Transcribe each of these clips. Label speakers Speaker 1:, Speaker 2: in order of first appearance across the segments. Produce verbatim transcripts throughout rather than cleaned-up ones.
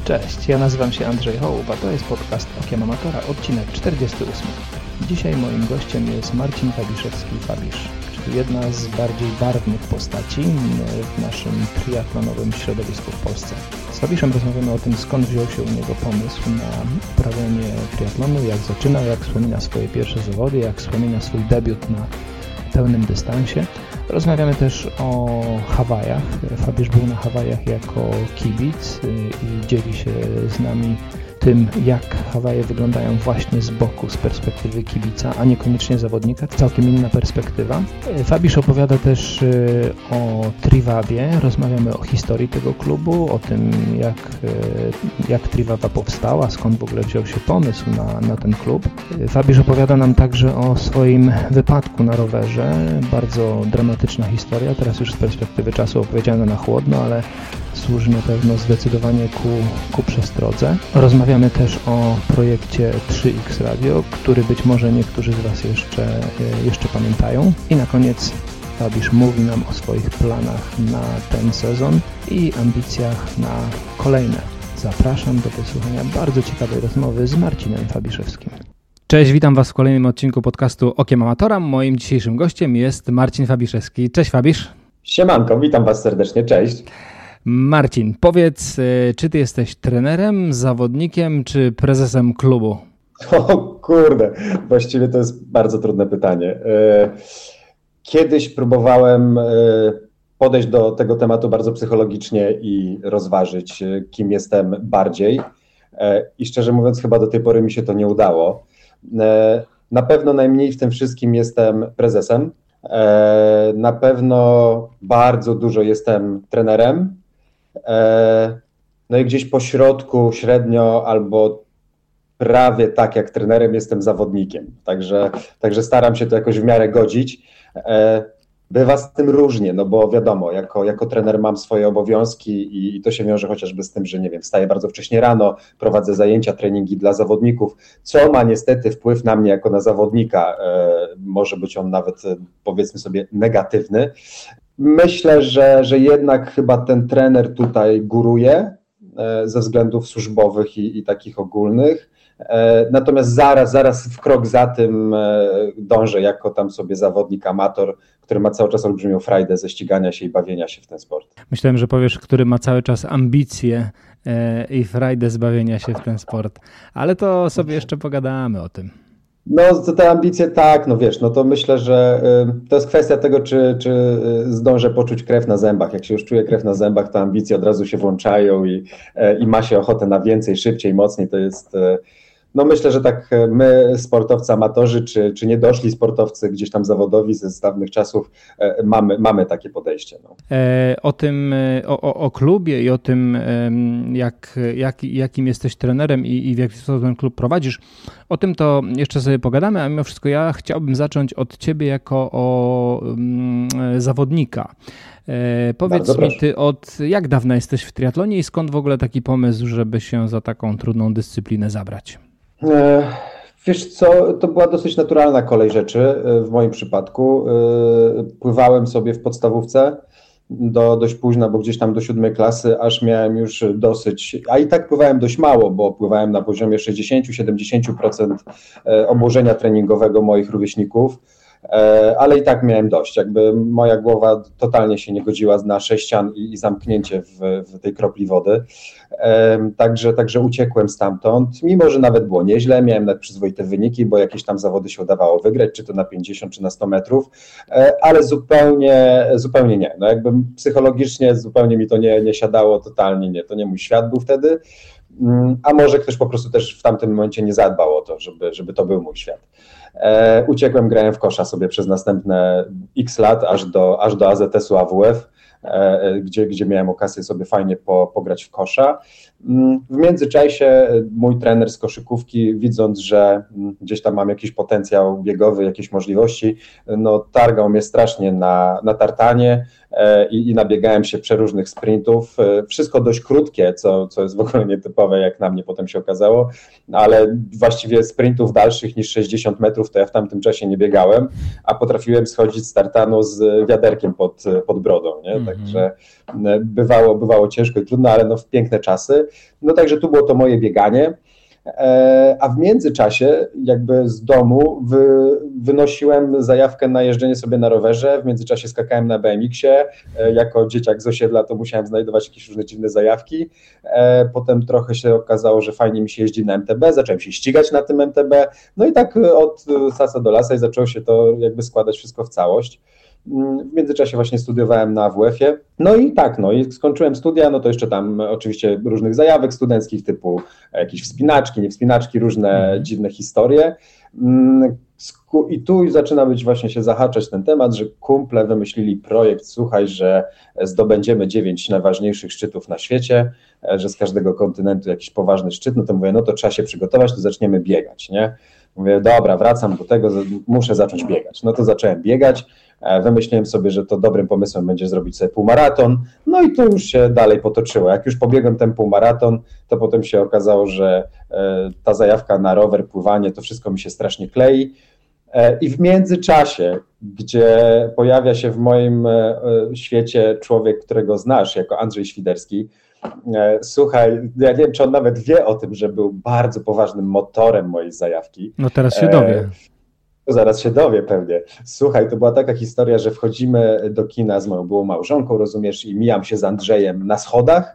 Speaker 1: Cześć, ja nazywam się Andrzej Hołb, a to jest podcast Okiem Amatora, odcinek czterdziesty ósmy. Dzisiaj moim gościem jest Marcin Fabiszewski, Fabisz, czyli jedna z bardziej barwnych postaci w naszym triatlonowym środowisku w Polsce. Z Fabiszem rozmawiamy o tym, skąd wziął się u niego pomysł na uprawianie triatlonu, jak zaczynał, jak wspomina swoje pierwsze zawody, jak wspomina swój debiut na pełnym dystansie. Rozmawiamy też o Hawajach. Fabisz był na Hawajach jako kibic i dzieli się z nami tym, jak Hawaje wyglądają właśnie z boku, z perspektywy kibica, a niekoniecznie zawodnika. Całkiem inna perspektywa. Fabisz opowiada też o Trivavie. Rozmawiamy o historii tego klubu, o tym, jak, jak Trivava powstała, skąd w ogóle wziął się pomysł na, na ten klub. Fabisz opowiada nam także o swoim wypadku na rowerze. Bardzo dramatyczna historia, teraz już z perspektywy czasu opowiedziana na chłodno, ale służy na pewno zdecydowanie ku, ku przestrodze. Rozmawiamy też o projekcie trzy X Radio, który być może niektórzy z Was jeszcze, jeszcze pamiętają. I na koniec Fabisz mówi nam o swoich planach na ten sezon i ambicjach na kolejne. Zapraszam do wysłuchania bardzo ciekawej rozmowy z Marcinem Fabiszewskim. Cześć, witam Was w kolejnym odcinku podcastu Okiem Amatora. Moim dzisiejszym gościem jest Marcin Fabiszewski. Cześć Fabisz.
Speaker 2: Siemanko, witam Was serdecznie, cześć.
Speaker 1: Marcin, powiedz, czy Ty jesteś trenerem, zawodnikiem, czy prezesem klubu?
Speaker 2: O kurde, właściwie to jest bardzo trudne pytanie. Kiedyś próbowałem podejść do tego tematu bardzo psychologicznie i rozważyć, kim jestem bardziej. I szczerze mówiąc, chyba do tej pory mi się to nie udało. Na pewno najmniej w tym wszystkim jestem prezesem. Na pewno bardzo dużo jestem trenerem. No i gdzieś po środku, średnio albo prawie tak jak trenerem jestem zawodnikiem. Także, także staram się to jakoś w miarę godzić. Bywa z tym różnie, no bo wiadomo, jako, jako trener mam swoje obowiązki i to się wiąże chociażby z tym, że nie wiem, wstaję bardzo wcześnie rano, prowadzę zajęcia, treningi dla zawodników, co ma niestety wpływ na mnie jako na zawodnika. Może być on nawet, powiedzmy sobie, negatywny. Myślę, że, że jednak chyba ten trener tutaj góruje ze względów służbowych i, i takich ogólnych. Natomiast zaraz, zaraz w krok za tym dążę jako tam sobie zawodnik, amator, który ma cały czas olbrzymią frajdę ze ścigania się i bawienia się w ten sport.
Speaker 1: Myślałem, że powiesz, który ma cały czas ambicje i frajdę z bawienia się w ten sport, ale to sobie jeszcze pogadamy o tym.
Speaker 2: No to te ambicje tak, no wiesz, no to myślę, że y, to jest kwestia tego, czy, czy zdążę poczuć krew na zębach. Jak się już czuje krew na zębach, to ambicje od razu się włączają i, y, i ma się ochotę na więcej, szybciej, mocniej. To jest, y, no myślę, że tak my, sportowcy, amatorzy, czy, czy niedoszli sportowcy gdzieś tam zawodowi ze dawnych czasów, y, mamy, mamy takie podejście. No.
Speaker 1: E, o tym, o, o, o klubie i o tym, jak, jak, jakim jesteś trenerem i, i w jaki sposób ten klub prowadzisz, o tym to jeszcze sobie pogadamy, a mimo wszystko ja chciałbym zacząć od Ciebie jako o um, zawodnika. E, powiedz mi Ty, od jak dawna jesteś w triatlonie i skąd w ogóle taki pomysł, żeby się za taką trudną dyscyplinę zabrać?
Speaker 2: E, wiesz co, to była dosyć naturalna kolej rzeczy w moim przypadku. E, pływałem sobie w podstawówce do dość późna, bo gdzieś tam do siódmej klasy, aż miałem już dosyć, a i tak pływałem dość mało, bo pływałem na poziomie sześćdziesiąt do siedemdziesięciu procent obłożenia treningowego moich rówieśników, ale i tak miałem dość, jakby moja głowa totalnie się nie godziła na sześcian i, i zamknięcie w, w tej kropli wody, także, także uciekłem stamtąd, mimo że nawet było nieźle, miałem nawet przyzwoite wyniki, bo jakieś tam zawody się udawało wygrać, czy to na pięćdziesiąt, czy na sto metrów, ale zupełnie, zupełnie nie, no jakby psychologicznie zupełnie mi to nie, nie siadało, totalnie nie, to nie mój świat był wtedy, a może ktoś po prostu też w tamtym momencie nie zadbał o to, żeby, żeby to był mój świat. E, uciekłem, grałem w kosza sobie przez następne x lat, aż do, aż do A Z S-u A W F, e, gdzie, gdzie miałem okazję sobie fajnie po, pograć w kosza. W międzyczasie mój trener z koszykówki, widząc, że gdzieś tam mam jakiś potencjał biegowy, jakieś możliwości, no targał mnie strasznie na, na tartanie i, i nabiegałem się przeróżnych sprintów. Wszystko dość krótkie, co, co jest w ogóle nietypowe, jak na mnie potem się okazało, ale właściwie sprintów dalszych niż sześćdziesiąt metrów to ja w tamtym czasie nie biegałem, a potrafiłem schodzić z tartanu z wiaderkiem pod, pod brodą, nie? mhm. także bywało, bywało ciężko i trudno, ale no w piękne czasy. No także tu było to moje bieganie. A w międzyczasie jakby z domu wy, wynosiłem zajawkę na jeżdżenie sobie na rowerze, w międzyczasie skakałem na B M X-ie, jako dzieciak z osiedla to musiałem znajdować jakieś różne dziwne zajawki, potem trochę się okazało, że fajnie mi się jeździ na M T B, zacząłem się ścigać na tym M T B, no i tak od sasa do lasa i zaczęło się to jakby składać wszystko w całość. W międzyczasie właśnie studiowałem na A W F-ie, no i tak, no i skończyłem studia, no to jeszcze tam oczywiście różnych zajawek studenckich typu jakieś wspinaczki, nie wspinaczki, różne dziwne historie i tu zaczyna być właśnie się zahaczać ten temat, że kumple wymyślili projekt, słuchaj, że zdobędziemy dziewięć najważniejszych szczytów na świecie, że z każdego kontynentu jakiś poważny szczyt, no to mówię, no to trzeba się przygotować, to zaczniemy biegać, nie? Mówię, dobra, wracam do tego, muszę zacząć biegać. No to zacząłem biegać, wymyśliłem sobie, że to dobrym pomysłem będzie zrobić sobie półmaraton, no i to już się dalej potoczyło. Jak już pobiegłem ten półmaraton, to potem się okazało, że ta zajawka na rower, pływanie, to wszystko mi się strasznie klei. I w międzyczasie, gdzie pojawia się w moim świecie człowiek, którego znasz jako Andrzej Świderski, słuchaj, ja nie wiem, czy on nawet wie o tym, że był bardzo poważnym motorem mojej zajawki.
Speaker 1: No teraz się dowie.
Speaker 2: Zaraz się dowie pewnie. Słuchaj, to była taka historia, że wchodzimy do kina z moją byłą małżonką, rozumiesz, i mijam się z Andrzejem na schodach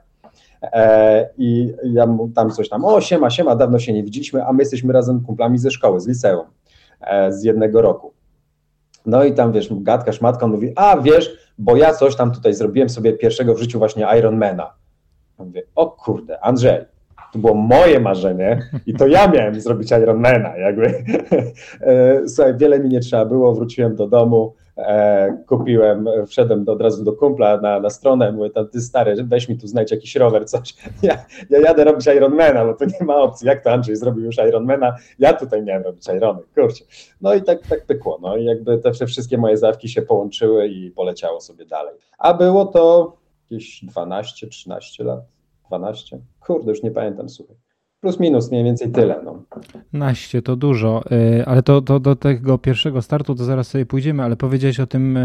Speaker 2: e, i ja mu tam coś tam, o siema, siema, dawno się nie widzieliśmy, a my jesteśmy razem kumplami ze szkoły, z liceum, e, z jednego roku. No i tam, wiesz, gadka, szmatka, on mówi, a wiesz, bo ja coś tam tutaj zrobiłem sobie pierwszego w życiu właśnie Ironmana. Ja mówię, o kurde, Andrzej, to było moje marzenie i to ja miałem zrobić Ironmana, jakby. Słuchaj, wiele mi nie trzeba było, wróciłem do domu, e, kupiłem, wszedłem do, od razu do kumpla na, na stronę, mówię, tam, ty stary, weź mi tu znajdź jakiś rower, coś. Ja, ja jadę robić Ironmana, bo to nie ma opcji, jak to Andrzej zrobił już Ironmana, ja tutaj miałem robić Irony, kurczę. No i tak, tak pykło, no i jakby te wszystkie moje zawki się połączyły i poleciało sobie dalej. A było to jakieś dwanaście, trzynaście lat. dwanaście? Kurde, już nie pamiętam, słuchaj. Plus minus mniej więcej tyle. No.
Speaker 1: naście to dużo, ale to, to do tego pierwszego startu to zaraz sobie pójdziemy, ale powiedziałeś o tym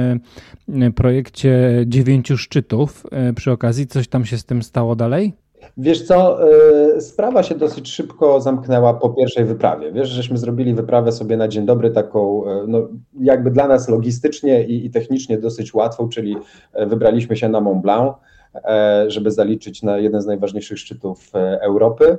Speaker 1: projekcie dziewięciu szczytów przy okazji. Coś tam się z tym stało dalej?
Speaker 2: Wiesz co, sprawa się dosyć szybko zamknęła po pierwszej wyprawie. Wiesz, żeśmy zrobili wyprawę sobie na dzień dobry taką, no jakby dla nas logistycznie i, i technicznie dosyć łatwą, czyli wybraliśmy się na Mont Blanc, żeby zaliczyć na jeden z najważniejszych szczytów Europy.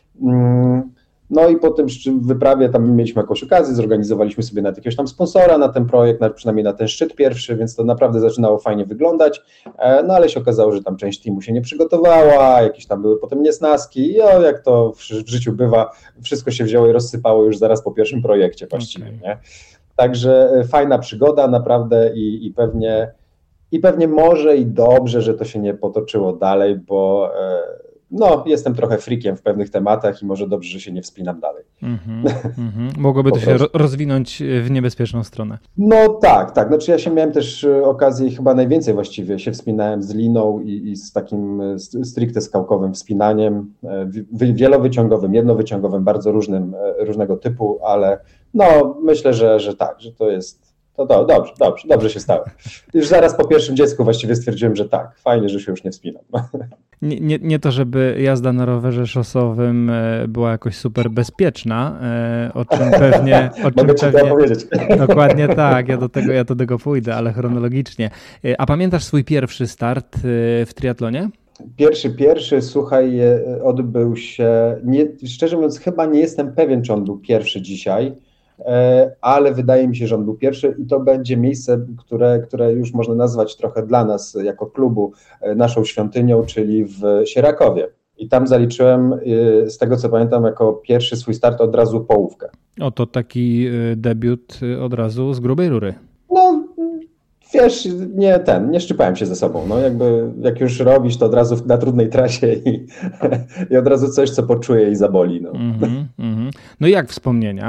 Speaker 2: No i po tym wyprawie tam mieliśmy jakąś okazję, zorganizowaliśmy sobie nawet jakiegoś tam sponsora na ten projekt, na, przynajmniej na ten szczyt pierwszy, więc to naprawdę zaczynało fajnie wyglądać, no ale się okazało, że tam część teamu się nie przygotowała, jakieś tam były potem niesnaski i o, jak to w, w życiu bywa, wszystko się wzięło i rozsypało już zaraz po pierwszym projekcie właściwie, okay. Nie? Także fajna przygoda naprawdę i, i pewnie I pewnie może i dobrze, że to się nie potoczyło dalej, bo no, jestem trochę freakiem w pewnych tematach i może dobrze, że się nie wspinam dalej. Mm-hmm,
Speaker 1: mm-hmm. Mogłoby to się rozwinąć w niebezpieczną stronę.
Speaker 2: No tak, tak. Znaczy ja się miałem też okazję, chyba najwięcej właściwie się wspinałem z liną i, i z takim stricte skałkowym wspinaniem, wielowyciągowym, jednowyciągowym, bardzo różnym, różnego typu, ale no myślę, że, że tak, że to jest To do, dobrze, dobrze, dobrze się stało. Już zaraz po pierwszym dziecku właściwie stwierdziłem, że tak, fajnie, że się już nie wspinam.
Speaker 1: Nie, nie, nie to, żeby jazda na rowerze szosowym była jakoś super bezpieczna, o czym pewnie... O czym
Speaker 2: Mogę ci
Speaker 1: pewnie,
Speaker 2: to opowiedzieć.
Speaker 1: Dokładnie tak, ja do, tego, ja do tego pójdę, ale chronologicznie. A pamiętasz swój pierwszy start w triatlonie?
Speaker 2: Pierwszy, pierwszy, słuchaj, odbył się, nie, szczerze mówiąc, chyba nie jestem pewien, czy on był pierwszy dzisiaj, ale wydaje mi się, że on był pierwszy i to będzie miejsce, które, które już można nazwać trochę dla nas jako klubu naszą świątynią, czyli w Sierakowie. I tam zaliczyłem, z tego co pamiętam, jako pierwszy swój start od razu połówkę.
Speaker 1: Oto taki debiut od razu z grubej rury.
Speaker 2: No, wiesz, nie ten, nie szczypałem się ze sobą. No jakby, jak już robisz, to od razu na trudnej trasie i, i od razu coś, co poczuję i zaboli. No,
Speaker 1: mm-hmm, mm-hmm. No i jak wspomnienia?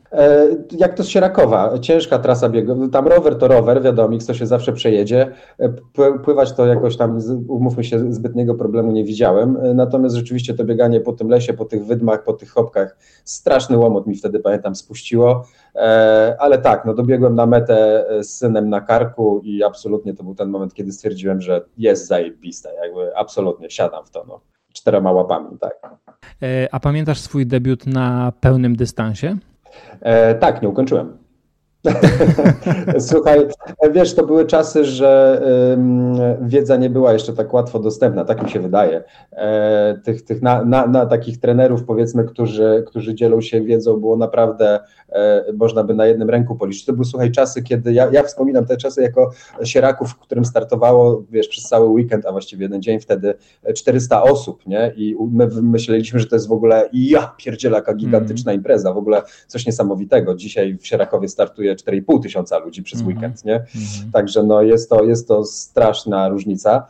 Speaker 2: Jak to z Sierakowa, ciężka trasa biegowa, tam rower to rower, wiadomo, to się zawsze przejedzie, pływać to jakoś tam, umówmy się, zbytniego problemu nie widziałem, natomiast rzeczywiście to bieganie po tym lesie, po tych wydmach, po tych chopkach, straszny łomot mi wtedy, pamiętam, spuściło, ale tak, no dobiegłem na metę z synem na karku i absolutnie to był ten moment, kiedy stwierdziłem, że jest zajebista, jakby absolutnie siadam w to, no, czterema łapami, tak.
Speaker 1: A pamiętasz swój debiut na pełnym dystansie?
Speaker 2: E, tak, nie ukończyłem. Słuchaj, wiesz, to były czasy, że y, wiedza nie była jeszcze tak łatwo dostępna, tak mi się wydaje. E, tych tych na, na, na takich trenerów, powiedzmy, którzy, którzy dzielą się wiedzą, było naprawdę, e, można by na jednym ręku policzyć. To były, słuchaj, czasy, kiedy ja, ja wspominam te czasy jako sieraków, w którym startowało, wiesz, przez cały weekend, a właściwie jeden dzień wtedy czterysta osób, nie? I my myśleliśmy, że to jest w ogóle, ja pierdzielę, jaka gigantyczna mm. impreza, w ogóle coś niesamowitego. Dzisiaj w Sierakowie startuje cztery i pół tysiąca ludzi przez mm-hmm. weekend, nie? Mm-hmm. Także no jest to, jest to straszna różnica.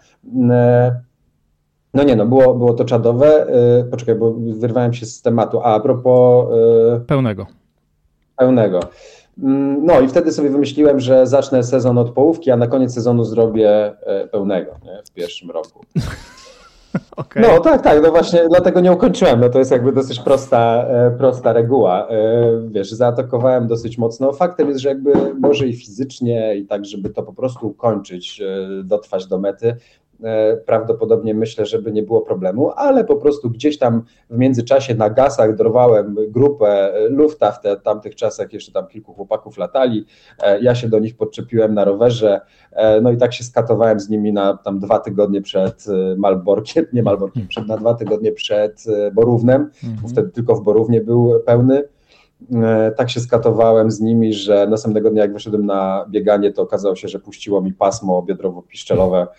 Speaker 2: No nie no, było, było to czadowe. Poczekaj, bo wyrwałem się z tematu. A, a propos...
Speaker 1: Pełnego.
Speaker 2: Pełnego. No i wtedy sobie wymyśliłem, że zacznę sezon od połówki, a na koniec sezonu zrobię pełnego, nie? W pierwszym roku. Okay. No tak, tak, no właśnie dlatego nie ukończyłem, no to jest jakby dosyć prosta, prosta reguła, wiesz, zaatakowałem dosyć mocno, faktem jest, że jakby może i fizycznie i tak, żeby to po prostu ukończyć, dotrwać do mety, prawdopodobnie myślę, żeby nie było problemu, ale po prostu gdzieś tam w międzyczasie na gasach dorwałem grupę Lufthansa, w tamtych czasach jeszcze tam kilku chłopaków latali, ja się do nich podczepiłem na rowerze, no i tak się skatowałem z nimi na tam dwa tygodnie przed Malborkiem, nie Malborkiem, przed, na dwa tygodnie przed Borównem, mhm. Wtedy tylko w Borównie był pełny. Tak się skatowałem z nimi, że następnego dnia jak wyszedłem na bieganie, to okazało się, że puściło mi pasmo biodrowo-piszczelowe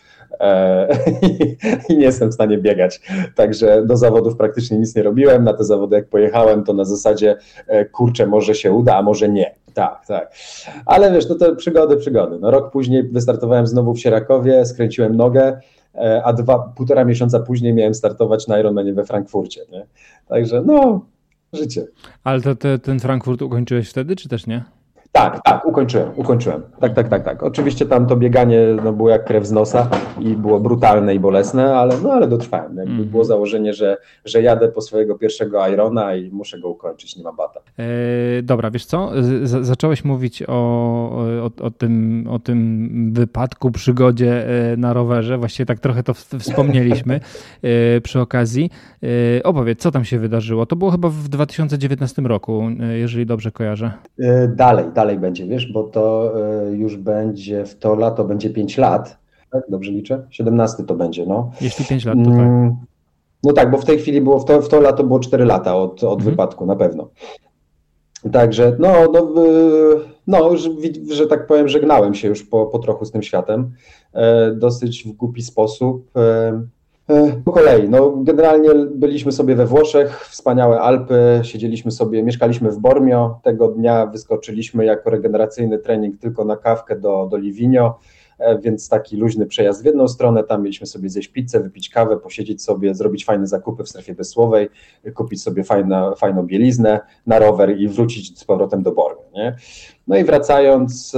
Speaker 2: i nie jestem w stanie biegać. Także do zawodów praktycznie nic nie robiłem. Na te zawody jak pojechałem, to na zasadzie kurczę, może się uda, a może nie. Tak, tak. Ale wiesz, no to przygody, przygody. No rok później wystartowałem znowu w Sierakowie, skręciłem nogę, a dwa, półtora miesiąca później miałem startować na Ironmanie we Frankfurcie. Nie? Także no, życie.
Speaker 1: Ale to, to, ten Frankfurt ukończyłeś wtedy, czy też nie?
Speaker 2: Tak, tak, ukończyłem, ukończyłem. Tak, tak, tak, tak. Oczywiście tam to bieganie no, było jak krew z nosa i było brutalne i bolesne, ale, no, ale dotrwałem. Jakby mm. było założenie, że, że jadę po swojego pierwszego Irona i muszę go ukończyć, nie ma bata.
Speaker 1: E, dobra, wiesz co? Z- zacząłeś mówić o, o, o, tym, o tym wypadku, przygodzie na rowerze. Właściwie tak trochę to wspomnieliśmy e, przy okazji. E, opowiedz, co tam się wydarzyło? To było chyba w dwa tysiące dziewiętnastym roku, jeżeli dobrze kojarzę.
Speaker 2: E, dalej, dalej. Dalej będzie, wiesz, bo to już będzie w to lato będzie pięć lat, tak? Dobrze liczę? siedemnaście to będzie, no.
Speaker 1: Jeśli pięć lat, to tak.
Speaker 2: No tak, bo w tej chwili było, w to, w to lato było cztery lata od, od mhm. wypadku, na pewno. Także, no, no, no że, że tak powiem, żegnałem się już po, po trochu z tym światem, dosyć w głupi sposób. Po kolei, no generalnie byliśmy sobie we Włoszech, wspaniałe Alpy, siedzieliśmy sobie, mieszkaliśmy w Bormio, tego dnia wyskoczyliśmy jako regeneracyjny trening tylko na kawkę do, do Livigno, więc taki luźny przejazd w jedną stronę, tam mieliśmy sobie zjeść pizzę, wypić kawę, posiedzieć sobie, zrobić fajne zakupy w strefie bezsłowej, kupić sobie fajna, fajną bieliznę na rower i wrócić z powrotem do Bormio, nie? No i wracając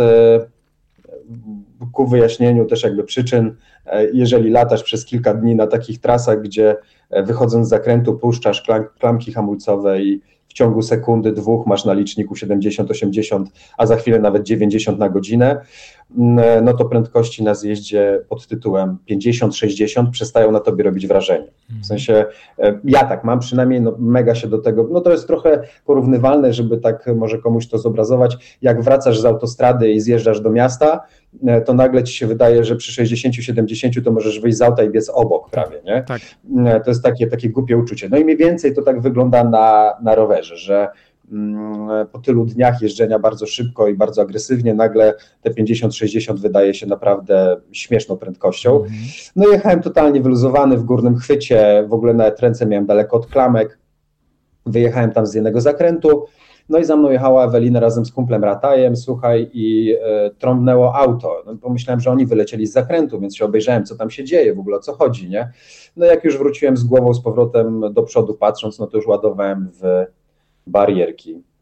Speaker 2: ku wyjaśnieniu też jakby przyczyn, jeżeli latasz przez kilka dni na takich trasach, gdzie wychodząc z zakrętu puszczasz klamki hamulcowe i w ciągu sekundy, dwóch masz na liczniku siedemdziesiąt, osiemdziesiąt, a za chwilę nawet dziewięćdziesiąt na godzinę, no to prędkości na zjeździe pod tytułem pięćdziesiąt, sześćdziesiąt przestają na tobie robić wrażenie. W sensie ja tak mam przynajmniej, no mega się do tego, no to jest trochę porównywalne, żeby tak może komuś to zobrazować, jak wracasz z autostrady i zjeżdżasz do miasta, to nagle ci się wydaje, że przy sześćdziesięciu, siedemdziesięciu to możesz wyjść z auta i biec obok prawie, nie? Tak. To jest takie, takie głupie uczucie. No i mniej więcej to tak wygląda na, na rowerze, że po tylu dniach jeżdżenia bardzo szybko i bardzo agresywnie nagle te pięćdziesiąt sześćdziesiąt wydaje się naprawdę śmieszną prędkością. Mhm. No jechałem totalnie wyluzowany w górnym chwycie, w ogóle nawet ręce miałem daleko od klamek, wyjechałem tam z jednego zakrętu, no i za mną jechała Ewelina razem z kumplem Ratajem, słuchaj, i e, trąbnęło auto. No, pomyślałem, że oni wylecieli z zakrętu, więc się obejrzałem, co tam się dzieje, w ogóle o co chodzi, nie? No jak już wróciłem z głową z powrotem do przodu patrząc, no to już ładowałem w barierki.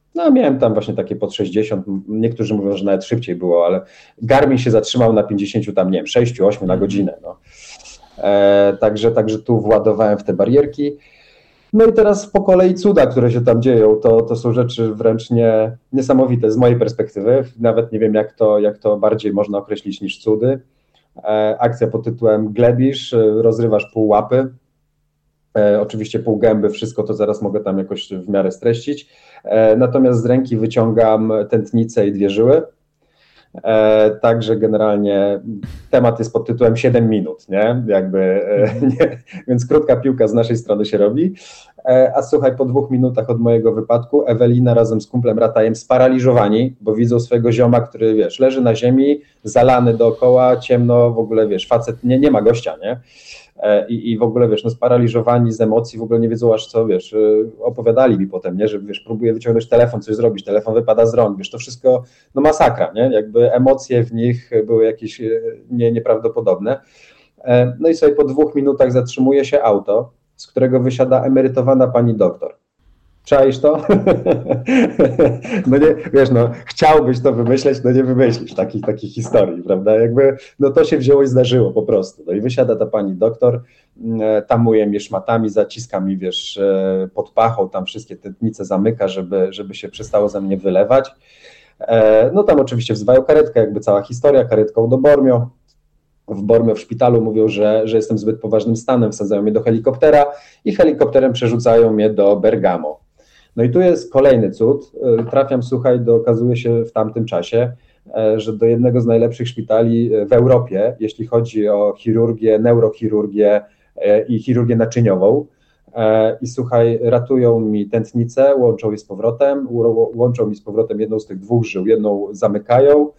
Speaker 2: No miałem tam właśnie takie pod sześćdziesiąt, niektórzy mówią, że nawet szybciej było, ale Garmin się zatrzymał na pięćdziesiąt, tam nie wiem, sześć osiem na godzinę. No. E, także, także tu władowałem w te barierki. No i teraz po kolei cuda, które się tam dzieją, to, to są rzeczy wręcz nie, niesamowite z mojej perspektywy. Nawet nie wiem, jak to, jak to bardziej można określić niż cudy. E, akcja pod tytułem Glebisz, rozrywasz pół łapy, e, oczywiście pół gęby, wszystko to zaraz mogę tam jakoś w miarę streścić. E, natomiast z ręki wyciągam tętnicę i dwie żyły. E, także generalnie temat jest pod tytułem siedem minut, nie? Jakby, e, nie? Więc krótka piłka z naszej strony się robi. E, a słuchaj, po dwóch minutach od mojego wypadku Ewelina razem z kumplem Ratajem sparaliżowani, bo widzą swojego zioma, który, wiesz, leży na ziemi, zalany dookoła, ciemno, w ogóle, wiesz, facet, nie, nie ma gościa, nie? I, i w ogóle, wiesz, no sparaliżowani z emocji, w ogóle nie wiedzą aż co, wiesz, opowiadali mi potem, nie, że, wiesz, próbuję wyciągnąć telefon, coś zrobić, telefon wypada z rąk, wiesz, to wszystko, no masakra, nie, jakby emocje w nich były jakieś nie, nieprawdopodobne. No i sobie po dwóch minutach zatrzymuje się auto, z którego wysiada emerytowana pani doktor. Czaisz to? No nie, wiesz, no chciałbyś to wymyśleć, no nie wymyślisz takich, takich historii, prawda? Jakby, no to się wzięło i zdarzyło po prostu. No i wysiada ta pani doktor, tamuje mnie szmatami, zaciska mi, wiesz, pod pachą, tam wszystkie tętnice zamyka, żeby, żeby się przestało ze mnie wylewać. No tam oczywiście wzywają karetkę, jakby cała historia, karetką do Bormio. W Bormio w szpitalu mówią, że, że jestem w zbyt poważnym stanem, wsadzają mnie do helikoptera i helikopterem przerzucają mnie do Bergamo. No i tu jest kolejny cud. Trafiam, słuchaj, do, okazuje się w tamtym czasie, że do jednego z najlepszych szpitali w Europie, jeśli chodzi o chirurgię, neurochirurgię i chirurgię naczyniową. I słuchaj, ratują mi tętnicę, łączą je z powrotem, łączą mi z powrotem jedną z tych dwóch żył, jedną zamykają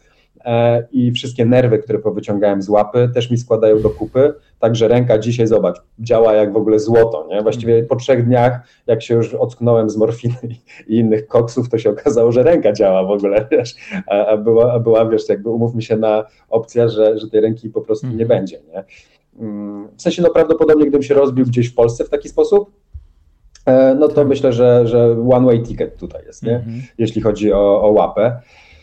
Speaker 2: i wszystkie nerwy, które powyciągałem z łapy, też mi składają do kupy, także ręka dzisiaj, zobacz, działa jak w ogóle złoto, nie? Właściwie po trzech dniach, jak się już ocknąłem z morfiny i innych koksów, to się okazało, że ręka działa w ogóle, wiesz, a była, a była, wiesz, jakby umówmy się na opcja, że, że tej ręki po prostu nie będzie, nie? W sensie, no prawdopodobnie gdybym się rozbił gdzieś w Polsce w taki sposób, no to myślę, że, że one way ticket tutaj jest, nie? Mhm. Jeśli chodzi o, o łapę.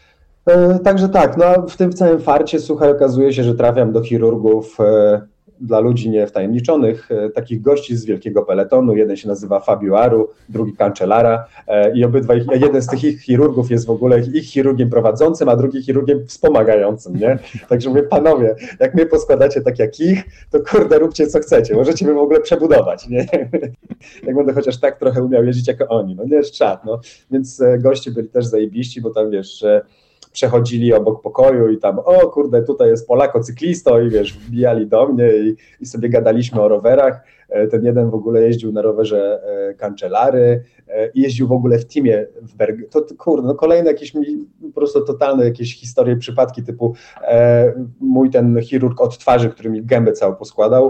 Speaker 2: Także tak, no w tym całym farcie, słuchaj, okazuje się, że trafiam do chirurgów e, dla ludzi niewtajemniczonych, e, takich gości z wielkiego peletonu. Jeden się nazywa Fabio Aru, drugi Cancellara e, i obydwaj, jeden z tych ich chirurgów jest w ogóle ich chirurgiem prowadzącym, a drugi chirurgiem wspomagającym, nie? Także mówię, panowie, jak mnie poskładacie tak jak ich, to kurde, róbcie co chcecie, możecie mnie w ogóle przebudować, nie? Jak będę chociaż tak trochę umiał jeździć jako oni, no nie, czad, no. Więc e, goście byli też zajebiści, bo tam, wiesz, że przechodzili obok pokoju i tam, o kurde, tutaj jest Polako-cyklisto i wiesz, wbijali do mnie i, i sobie gadaliśmy o rowerach. Ten jeden w ogóle jeździł na rowerze Cancellary i jeździł w ogóle w teamie w Berg. To kurde, no kolejne jakieś mi po prostu totalne jakieś historie, przypadki typu e, mój ten chirurg od twarzy, który mi gębę całą poskładał,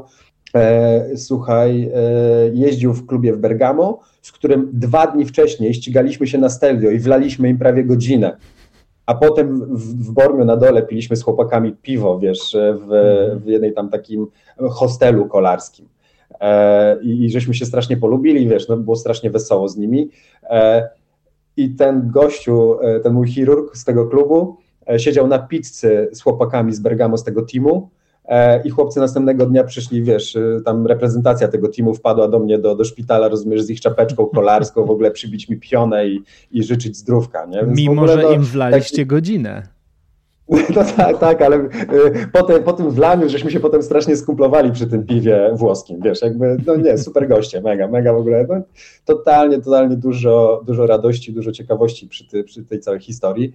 Speaker 2: e, słuchaj, e, jeździł w klubie w Bergamo, z którym dwa dni wcześniej ścigaliśmy się na Stelvio i wlaliśmy im prawie godzinę. A potem w, w Bormio na dole piliśmy z chłopakami piwo, wiesz, w, w jednej tam takim hostelu kolarskim. E, i, I żeśmy się strasznie polubili, wiesz, no było strasznie wesoło z nimi. E, I ten gościu, ten mój chirurg z tego klubu e, siedział na pizzy z chłopakami z Bergamo, z tego teamu. I chłopcy następnego dnia przyszli, wiesz, tam reprezentacja tego teamu wpadła do mnie do, do szpitala, rozumiesz, z ich czapeczką kolarską, w ogóle przybić mi pionę i, i życzyć zdrówka, nie? Więc
Speaker 3: mimo,
Speaker 2: ogóle,
Speaker 3: że
Speaker 2: no,
Speaker 3: im wlaliście
Speaker 2: tak,
Speaker 3: godzinę.
Speaker 2: No tak, tak, ale y, po, te, po tym wlaniu, żeśmy się potem strasznie skumplowali przy tym piwie włoskim, wiesz, jakby, no nie, super goście, mega, mega w ogóle, no, totalnie, totalnie dużo, dużo radości, dużo ciekawości przy, ty, przy tej całej historii.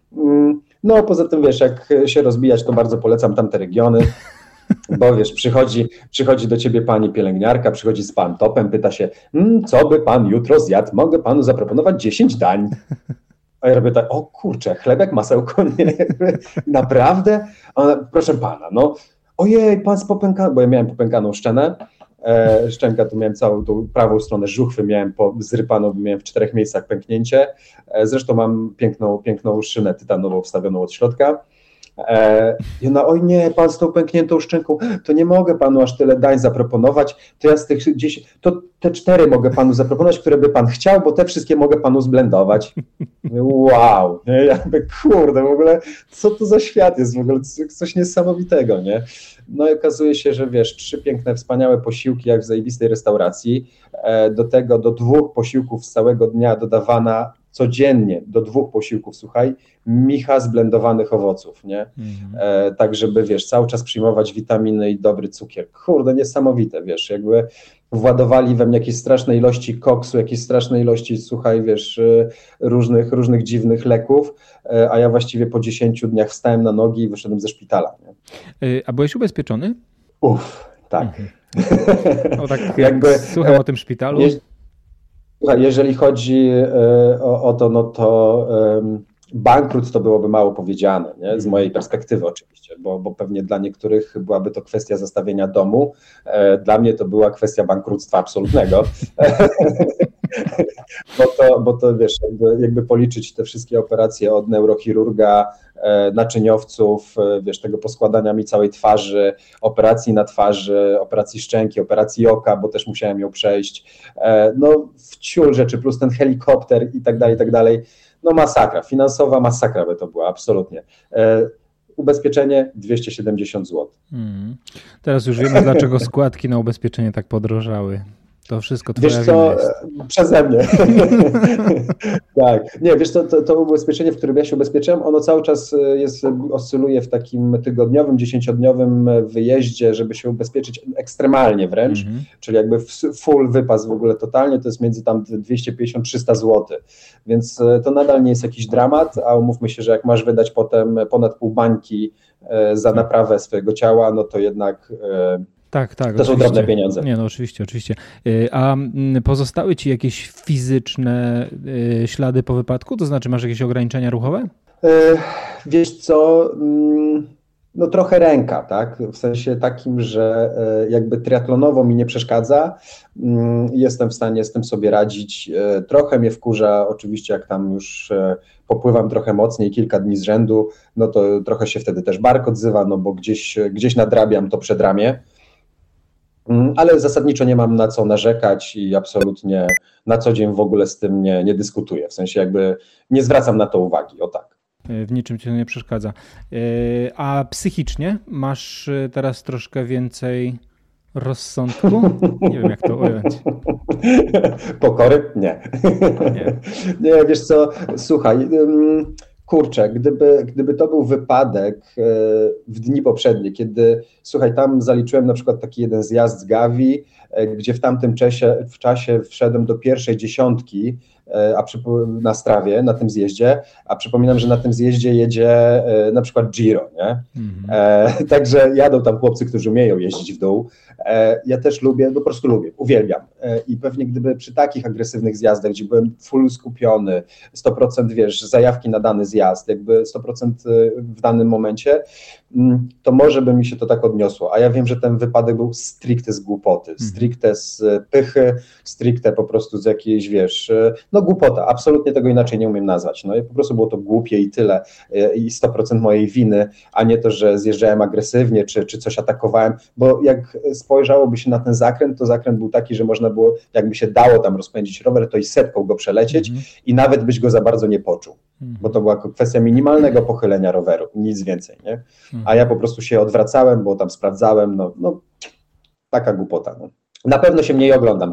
Speaker 2: No poza tym, wiesz, jak się rozbijać, to bardzo polecam tamte regiony, bo wiesz, przychodzi, przychodzi do ciebie pani pielęgniarka, przychodzi z pantopem, pyta się, mmm, co by pan jutro zjadł, mogę panu zaproponować dziesięć dań. A ja robię tak, o kurczę, chlebek, masełko, nie, naprawdę? Ona, proszę pana, no, ojej, pan z popękaną, bo ja miałem popękaną szczenę, e, szczęka to miałem całą tą prawą stronę żuchwy, miałem po, zrypaną, miałem w czterech miejscach pęknięcie, e, zresztą mam piękną, piękną szynę tytanową wstawioną od środka, E, I ona, oj nie, pan z tą pękniętą szczęką, to nie mogę panu aż tyle dań zaproponować, to ja z tych dziesięć, to te cztery mogę panu zaproponować, które by pan chciał, bo te wszystkie mogę panu zblendować. Wow, nie? Jakby kurde, w ogóle co to za świat jest, w ogóle coś niesamowitego, nie? No i okazuje się, że wiesz, trzy piękne, wspaniałe posiłki jak w zajebistej restauracji, e, do tego do dwóch posiłków z całego dnia dodawana codziennie, do dwóch posiłków, słuchaj, micha zblendowanych owoców, nie? Mhm. E, tak, żeby, wiesz, cały czas przyjmować witaminy i dobry cukier. Kurde, niesamowite, wiesz, jakby władowali we mnie jakieś straszne ilości koksu, jakieś straszne ilości, słuchaj, wiesz, różnych, różnych dziwnych leków, a ja właściwie po dziesięciu dniach wstałem na nogi i wyszedłem ze szpitala. Nie?
Speaker 3: A byłeś ubezpieczony?
Speaker 2: Uff, tak.
Speaker 3: Mhm. No tak jakby słucham o tym szpitalu.
Speaker 2: Je, jeżeli chodzi o, o to, no to um, bankrut to byłoby mało powiedziane, nie? Z mojej perspektywy oczywiście, bo, bo pewnie dla niektórych byłaby to kwestia zastawienia domu, e, dla mnie to była kwestia bankructwa absolutnego, bo, to, bo to wiesz, jakby, jakby policzyć te wszystkie operacje od neurochirurga, e, naczyniowców, e, wiesz, tego poskładania mi całej twarzy, operacji na twarzy, operacji szczęki, operacji oka, bo też musiałem ją przejść, e, no wciul rzeczy, plus ten helikopter i tak dalej, i tak dalej. No masakra, finansowa masakra by to była, absolutnie. E, ubezpieczenie dwieście siedemdziesiąt złotych. Hmm.
Speaker 3: Teraz już wiemy, dlaczego składki na ubezpieczenie tak podrożały. To wszystko twoja
Speaker 2: wiesz co,
Speaker 3: wina jest.
Speaker 2: Przeze mnie. Tak. Nie, wiesz co, to, to ubezpieczenie, w którym ja się ubezpieczyłem, ono cały czas jest, oscyluje w takim tygodniowym, dziesięciodniowym wyjeździe, żeby się ubezpieczyć ekstremalnie wręcz, mm-hmm. czyli jakby full wypas w ogóle totalnie, to jest między tam dwieście pięćdziesiąt trzysta złotych, więc to nadal nie jest jakiś dramat, a umówmy się, że jak masz wydać potem ponad pół bańki za naprawę swojego ciała, no to jednak...
Speaker 3: Tak, tak.
Speaker 2: To oczywiście. Są drobne pieniądze.
Speaker 3: Nie, no oczywiście, oczywiście. A pozostały ci jakieś fizyczne ślady po wypadku? To znaczy masz jakieś ograniczenia ruchowe?
Speaker 2: Wiesz co, no trochę ręka, tak? W sensie takim, że jakby triatlonowo mi nie przeszkadza. Jestem w stanie z tym sobie radzić. Trochę mnie wkurza, oczywiście jak tam już popływam trochę mocniej, kilka dni z rzędu, no to trochę się wtedy też bark odzywa, no bo gdzieś, gdzieś nadrabiam to przedramię. Ale zasadniczo nie mam na co narzekać i absolutnie na co dzień w ogóle z tym nie, nie dyskutuję. W sensie jakby nie zwracam na to uwagi, o tak.
Speaker 3: W niczym ci to nie przeszkadza. A psychicznie masz teraz troszkę więcej rozsądku? Nie wiem, jak to ująć.
Speaker 2: Pokory? Nie. Nie, nie wiesz co, słuchaj... Kurczę, gdyby, gdyby to był wypadek w dni poprzednie, kiedy, słuchaj, tam zaliczyłem na przykład taki jeden zjazd z Gavi, gdzie w tamtym czasie, w czasie wszedłem do pierwszej dziesiątki a przypo- na Strawie, na tym zjeździe, a przypominam, że na tym zjeździe jedzie na przykład Giro, nie? Mm-hmm. E, także jadą tam chłopcy, którzy umieją jeździć w dół. E, ja też lubię, po prostu lubię, uwielbiam. E, I pewnie gdyby przy takich agresywnych zjazdach, gdzie byłem full skupiony, sto procent wiesz, zajawki na dany zjazd, jakby sto procent w danym momencie, to może by mi się to tak odniosło. A ja wiem, że ten wypadek był stricte z głupoty, mm-hmm. stricte z pychy, stricte po prostu z jakiejś, wiesz, no głupota, absolutnie tego inaczej nie umiem nazwać. No i po prostu było to głupie i tyle i sto procent mojej winy, a nie to, że zjeżdżałem agresywnie czy, czy coś atakowałem, bo jak spojrzałoby się na ten zakręt, to zakręt był taki, że można było, jakby się dało tam rozpędzić rower, to i setką go przelecieć mm-hmm. i nawet byś go za bardzo nie poczuł, mm-hmm. bo to była kwestia minimalnego pochylenia roweru, nic więcej, nie? Mm-hmm. A ja po prostu się odwracałem, bo tam sprawdzałem, no, no taka głupota, no. Na pewno się mniej oglądam.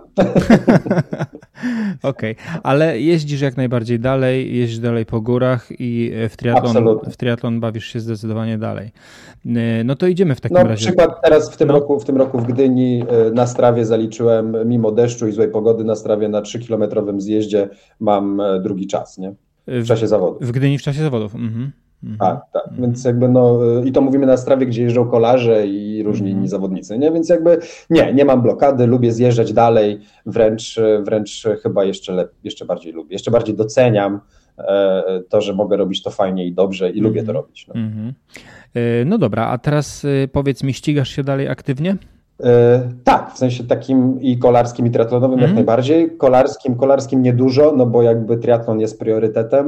Speaker 3: Okej, okay. Ale jeździsz jak najbardziej dalej, jeździsz dalej po górach i w triatlon, w triatlon bawisz się zdecydowanie dalej. No to idziemy w takim
Speaker 2: no,
Speaker 3: razie.
Speaker 2: Na przykład teraz w tym,
Speaker 3: no.
Speaker 2: roku, w tym roku w Gdyni na Strawie zaliczyłem, mimo deszczu i złej pogody na Strawie na trzykilometrowym zjeździe mam drugi czas, nie? W, w czasie zawodów.
Speaker 3: W Gdyni w czasie zawodów. Mhm.
Speaker 2: Tak, tak, więc jakby no i to mówimy na Strawie, gdzie jeżdżą kolarze i różni inni zawodnicy, nie? Więc jakby nie, nie mam blokady, lubię zjeżdżać dalej, wręcz, wręcz chyba jeszcze, lep, jeszcze bardziej lubię, jeszcze bardziej doceniam e, to, że mogę robić to fajnie i dobrze i mm-hmm. lubię to robić. No.
Speaker 3: Mm-hmm. No dobra, a teraz powiedz mi, ścigasz się dalej aktywnie?
Speaker 2: E, tak, w sensie takim i kolarskim, i triatlonowym mm-hmm. jak najbardziej. Kolarskim, kolarskim niedużo, no bo jakby triatlon jest priorytetem.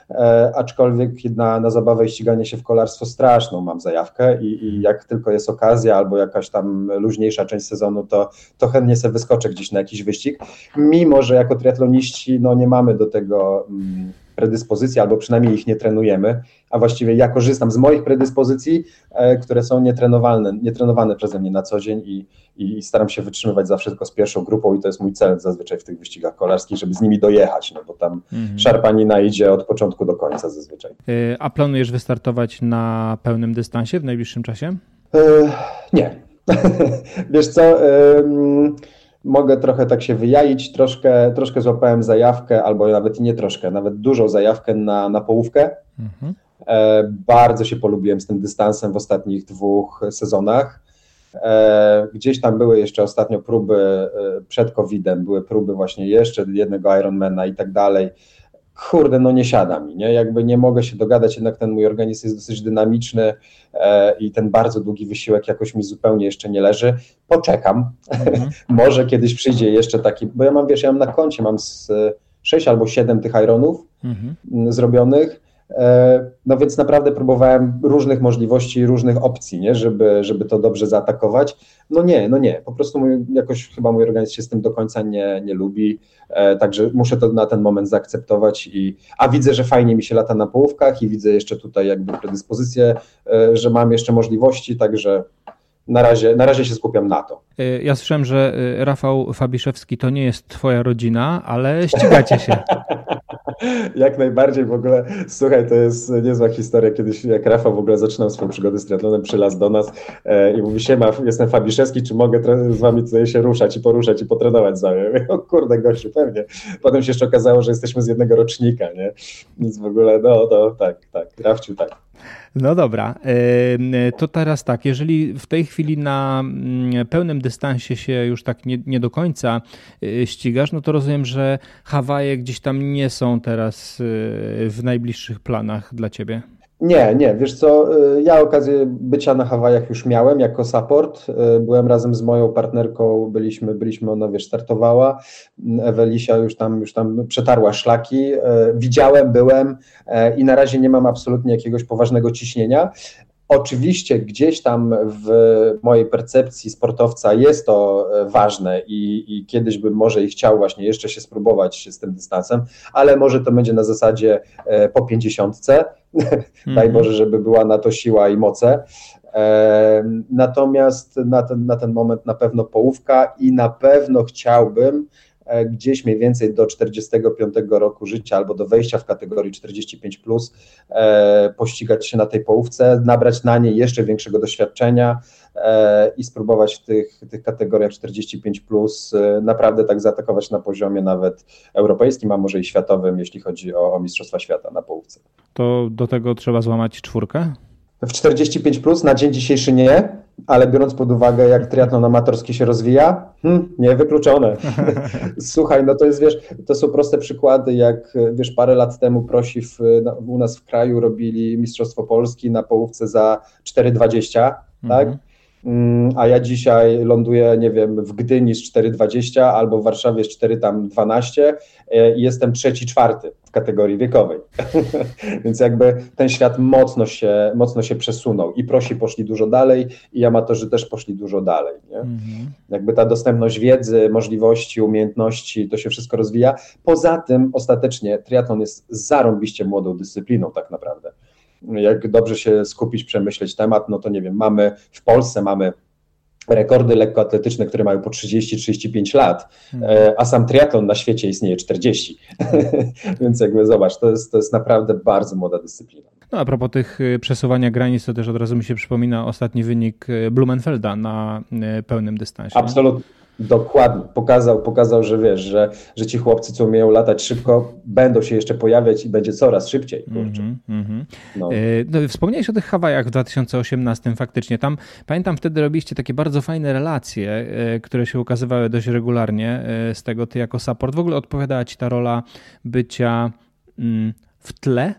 Speaker 2: e, aczkolwiek na, na zabawę i ściganie się w kolarstwo straszną mam zajawkę i, i jak tylko jest okazja albo jakaś tam luźniejsza część sezonu, to, to chętnie sobie wyskoczę gdzieś na jakiś wyścig, mimo że jako triatloniści no, nie mamy do tego mm, predyspozycji, albo przynajmniej ich nie trenujemy, a właściwie ja korzystam z moich predyspozycji, e, które są nietrenowane, nietrenowane przeze mnie na co dzień i, i staram się wytrzymywać zawsze tylko z pierwszą grupą i to jest mój cel zazwyczaj w tych wyścigach kolarskich, żeby z nimi dojechać, no bo tam mhm. szarpanina idzie od początku do końca zazwyczaj.
Speaker 3: A planujesz wystartować na pełnym dystansie w najbliższym czasie?
Speaker 2: E, nie. Wiesz co, e, mogę trochę tak się wyjaić, troszkę, troszkę złapałem zajawkę, albo nawet i nie troszkę, nawet dużą zajawkę na, na połówkę. Mhm. E, bardzo się polubiłem z tym dystansem w ostatnich dwóch sezonach. E, gdzieś tam były jeszcze ostatnio próby e, przed kowidem, były próby właśnie jeszcze jednego Ironmana i tak dalej. Kurde, no nie siada mi, nie? Jakby nie mogę się dogadać, jednak ten mój organizm jest dosyć dynamiczny e, i ten bardzo długi wysiłek jakoś mi zupełnie jeszcze nie leży. Poczekam, mhm. może kiedyś przyjdzie jeszcze taki, bo ja mam, wiesz, ja mam na koncie, mam z sześć albo siedem tych Ironów mhm. zrobionych, e, no więc naprawdę próbowałem różnych możliwości, różnych opcji, nie? Żeby, żeby to dobrze zaatakować. No nie, no nie, po prostu mój, jakoś chyba mój organizm się z tym do końca nie, nie lubi, e, także muszę to na ten moment zaakceptować, i, a widzę, że fajnie mi się lata na połówkach i widzę jeszcze tutaj jakby predyspozycję, e, że mam jeszcze możliwości, także na razie, na razie się skupiam na to.
Speaker 3: Ja słyszałem, że Rafał Fabiszewski to nie jest twoja rodzina, ale ścigacie się.
Speaker 2: Jak najbardziej, w ogóle, słuchaj, to jest niezła historia. Kiedyś jak Rafał w ogóle zaczynał swoją przygodę z triatlonem, przylazł do nas e, i mówi: siema, jestem Fabiszewski, czy mogę z wami tutaj się ruszać i poruszać i potrenować z wami? O kurde, gościu, pewnie. Potem się jeszcze okazało, że jesteśmy z jednego rocznika, nie? Więc w ogóle, no to tak, tak, Rafciu, tak.
Speaker 3: No dobra, to teraz tak, jeżeli w tej chwili na pełnym dystansie się już tak nie, nie do końca ścigasz, no to rozumiem, że Hawaje gdzieś tam nie są teraz w najbliższych planach dla ciebie.
Speaker 2: Nie, nie, wiesz co, ja okazję bycia na Hawajach już miałem jako support, byłem razem z moją partnerką, byliśmy, byliśmy ona, wiesz, startowała, Ewelisia już tam, już tam przetarła szlaki, widziałem, byłem i na razie nie mam absolutnie jakiegoś poważnego ciśnienia. Oczywiście gdzieś tam w mojej percepcji sportowca jest to ważne i, i kiedyś bym może i chciał właśnie jeszcze się spróbować z tym dystansem, ale może to będzie na zasadzie po pięćdziesiątce, mm-hmm. Daj Boże, żeby była na to siła i moce. Natomiast na ten, na ten moment na pewno połówka i na pewno chciałbym gdzieś mniej więcej do czterdziestego piątego roku życia albo do wejścia w kategorii czterdzieści pięć plus e, pościgać się na tej połówce, nabrać na niej jeszcze większego doświadczenia e, i spróbować w tych, tych kategoriach czterdzieści pięć plus e, naprawdę tak zaatakować na poziomie nawet europejskim, a może i światowym, jeśli chodzi o, o Mistrzostwa Świata na połówce.
Speaker 3: To do tego trzeba złamać czwórkę?
Speaker 2: W czterdzieści pięć plus na dzień dzisiejszy nie, ale biorąc pod uwagę, jak triatlon amatorski się rozwija, hmm, nie wykluczone. Słuchaj, no to jest, wiesz, to są proste przykłady, jak wiesz, parę lat temu prosi w, u nas w kraju robili Mistrzostwo Polski na połówce za cztery dwadzieścia, mhm. tak? A ja dzisiaj ląduję, nie wiem, w Gdyni z cztery dwadzieścia albo w Warszawie z cztery dwanaście i jestem trzeci, czwarty w kategorii wiekowej. Więc jakby ten świat mocno się, mocno się przesunął i prosi poszli dużo dalej i amatorzy też poszli dużo dalej. Nie? Mm-hmm. Jakby ta dostępność wiedzy, możliwości, umiejętności, to się wszystko rozwija. Poza tym ostatecznie triatlon jest zarąbiście młodą dyscypliną tak naprawdę. Jak dobrze się skupić, przemyśleć temat, no to nie wiem, mamy w Polsce mamy rekordy lekkoatletyczne, które mają po trzydzieści trzydzieści pięć lat, hmm. a sam triatlon na świecie istnieje czterdzieści. Więc jakby zobacz, to jest, to jest naprawdę bardzo młoda dyscyplina.
Speaker 3: No a propos tych przesuwania granic, to też od razu mi się przypomina ostatni wynik Blumenfelda na pełnym dystansie.
Speaker 2: Absolutnie. Dokładnie, pokazał, pokazał, że wiesz, że, że ci chłopcy, co umieją latać szybko, będą się jeszcze pojawiać i będzie coraz szybciej. Mm-hmm, mm-hmm. No.
Speaker 3: No, wspomniałeś o tych Hawajach w dwa tysiące osiemnastym faktycznie. Tam, pamiętam, wtedy robiliście takie bardzo fajne relacje, które się ukazywały dość regularnie z tego, ty jako support. W ogóle odpowiadała ci ta rola bycia mm, w tle?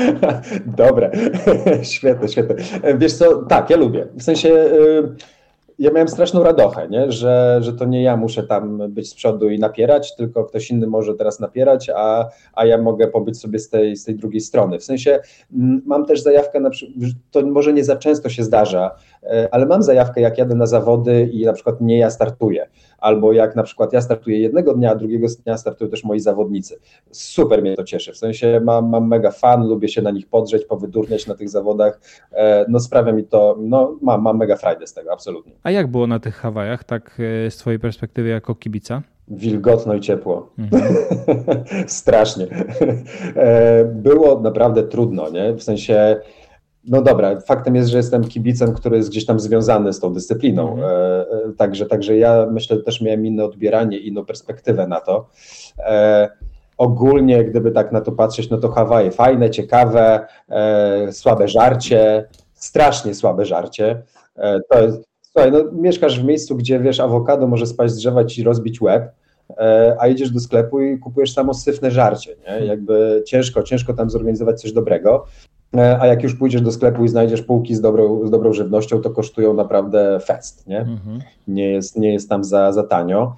Speaker 2: Dobre, świetne, świetne. Wiesz co, tak, ja lubię. W sensie... Yy... ja miałem straszną radochę, nie? Że, że to nie ja muszę tam być z przodu i napierać, tylko ktoś inny może teraz napierać, a, a ja mogę pobyć sobie z tej, z tej drugiej strony. W sensie mam też zajawkę, na przykład, to może nie za często się zdarza, ale mam zajawkę, jak jadę na zawody i na przykład nie ja startuję, albo jak na przykład ja startuję jednego dnia, a drugiego dnia startują też moi zawodnicy. Super mnie to cieszy, w sensie mam, mam mega fan, lubię się na nich podrzeć, powydurniać na tych zawodach, no sprawia mi to, no mam, mam mega frajdę z tego, absolutnie.
Speaker 3: A jak było na tych Hawajach, tak z twojej perspektywy jako kibica?
Speaker 2: Wilgotno i ciepło.
Speaker 3: Mhm.
Speaker 2: Strasznie. Było naprawdę trudno, nie? W sensie, no dobra, faktem jest, że jestem kibicem, który jest gdzieś tam związany z tą dyscypliną. Mhm. Także, także ja myślę, że też miałem inne odbieranie, inną perspektywę na to. Ogólnie, gdyby tak na to patrzeć, no to Hawaje fajne, ciekawe, słabe żarcie, strasznie słabe żarcie. To jest, słuchaj, no mieszkasz w miejscu, gdzie wiesz, awokado może spaść z drzewa ci rozbić łeb, a idziesz do sklepu i kupujesz samo syfne żarcie, nie? Jakby ciężko, ciężko tam zorganizować coś dobrego, a jak już pójdziesz do sklepu i znajdziesz półki z dobrą, z dobrą żywnością, to kosztują naprawdę fest, nie? Mhm. Nie jest, nie jest tam za, za tanio.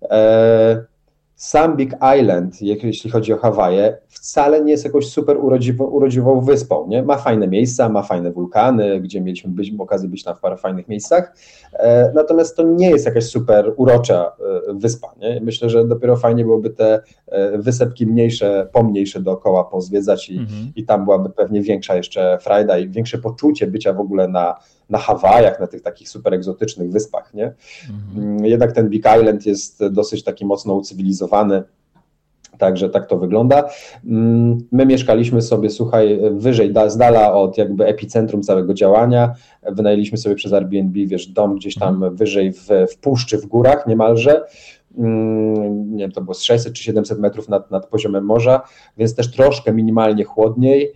Speaker 2: Sam Big Island, jeśli chodzi o Hawaje, wcale nie jest jakąś super urodziwą, urodziwą wyspą. Nie? Ma fajne miejsca, ma fajne wulkany, gdzie mieliśmy być, okazję być na parę fajnych miejscach, e, natomiast to nie jest jakaś super urocza e, wyspa. Nie? Myślę, że dopiero fajnie byłoby te e, wysepki mniejsze, pomniejsze dookoła pozwiedzać i, mhm. i tam byłaby pewnie większa jeszcze frajda i większe poczucie bycia w ogóle na na Hawajach, na tych takich super egzotycznych wyspach, nie? Mhm. Jednak ten Big Island jest dosyć taki mocno ucywilizowany, także tak to wygląda. My mieszkaliśmy sobie, słuchaj, wyżej, z dala od jakby epicentrum całego działania, wynajęliśmy sobie przez Airbnb, wiesz, dom gdzieś tam mhm. wyżej w, w puszczy, w górach niemalże, nie wiem, to było z sześćset czy siedemset metrów nad, nad poziomem morza, więc też troszkę minimalnie chłodniej,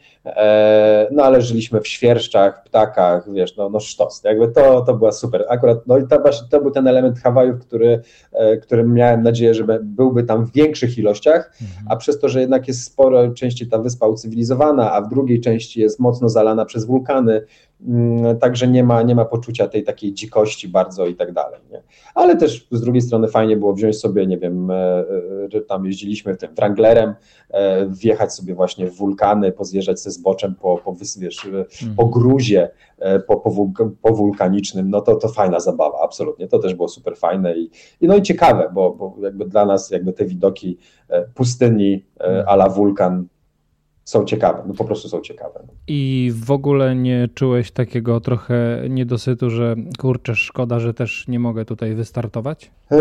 Speaker 2: no ale żyliśmy w świerszczach, ptakach, wiesz, no, no sztos, jakby to, to była super, akurat, no i to, właśnie, to był ten element Hawajów, który, którym miałem nadzieję, że byłby tam w większych ilościach, mhm. a przez to, że jednak jest sporo części ta wyspa ucywilizowana, a w drugiej części jest mocno zalana przez wulkany, także nie ma, nie ma poczucia tej takiej dzikości bardzo i tak dalej, nie? Ale też z drugiej strony fajnie było wziąć sobie, nie wiem, tam jeździliśmy tym Wranglerem, wjechać sobie właśnie w wulkany, pozjeżdżać ze zboczem po, po, wiesz, mm. po gruzie, po, po, wulk- po wulkanicznym, no to, to fajna zabawa, absolutnie, to też było super fajne i, i no i ciekawe, bo, bo jakby dla nas jakby te widoki pustyni a la wulkan są ciekawe, no po prostu są ciekawe.
Speaker 3: I w ogóle nie czułeś takiego trochę niedosytu, że kurczę, szkoda, że też nie mogę tutaj wystartować?
Speaker 2: Eee,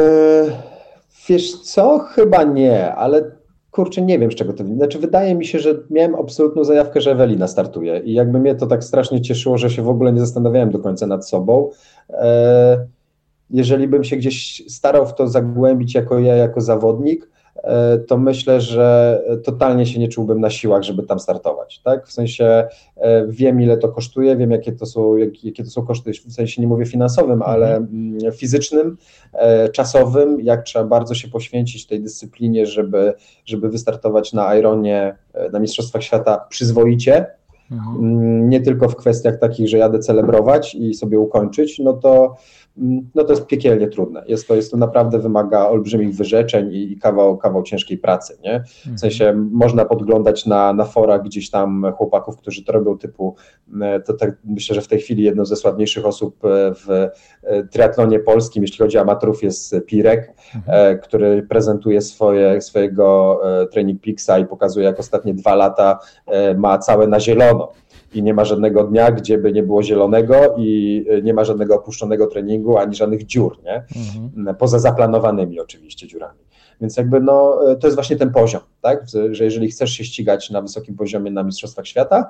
Speaker 2: wiesz co? Chyba nie, ale kurczę, nie wiem z czego to wynika. Znaczy wydaje mi się, że miałem absolutną zajawkę, że Ewelina startuje i jakby mnie to tak strasznie cieszyło, że się w ogóle nie zastanawiałem do końca nad sobą. Eee, jeżeli bym się gdzieś starał w to zagłębić jako ja, jako zawodnik, to myślę, że totalnie się nie czułbym na siłach, żeby tam startować, tak? W sensie wiem, ile to kosztuje, wiem, jakie to są, jakie to są koszty, w sensie nie mówię finansowym, ale fizycznym, czasowym, jak trzeba bardzo się poświęcić tej dyscyplinie, żeby, żeby wystartować na Ironie, na Mistrzostwach Świata przyzwoicie, mhm. nie tylko w kwestiach takich, że jadę celebrować i sobie ukończyć, no to no to jest piekielnie trudne. Jest to, jest to naprawdę wymaga olbrzymich wyrzeczeń i, i kawał, kawał ciężkiej pracy, nie? W sensie można podglądać na, na forach gdzieś tam chłopaków, którzy to robią typu, to tak, myślę, że w tej chwili jedną ze sławniejszych osób w triatlonie polskim, jeśli chodzi o amatorów, jest Pirek, mhm. który prezentuje swoje, swojego Training Peaksa i pokazuje, jak ostatnie dwa lata ma całe na zielono. I nie ma żadnego dnia, gdzie by nie było zielonego i nie ma żadnego opuszczonego treningu, ani żadnych dziur, nie? Mhm. Poza zaplanowanymi oczywiście dziurami. Więc jakby no, to jest właśnie ten poziom, tak? Że jeżeli chcesz się ścigać na wysokim poziomie na Mistrzostwach Świata,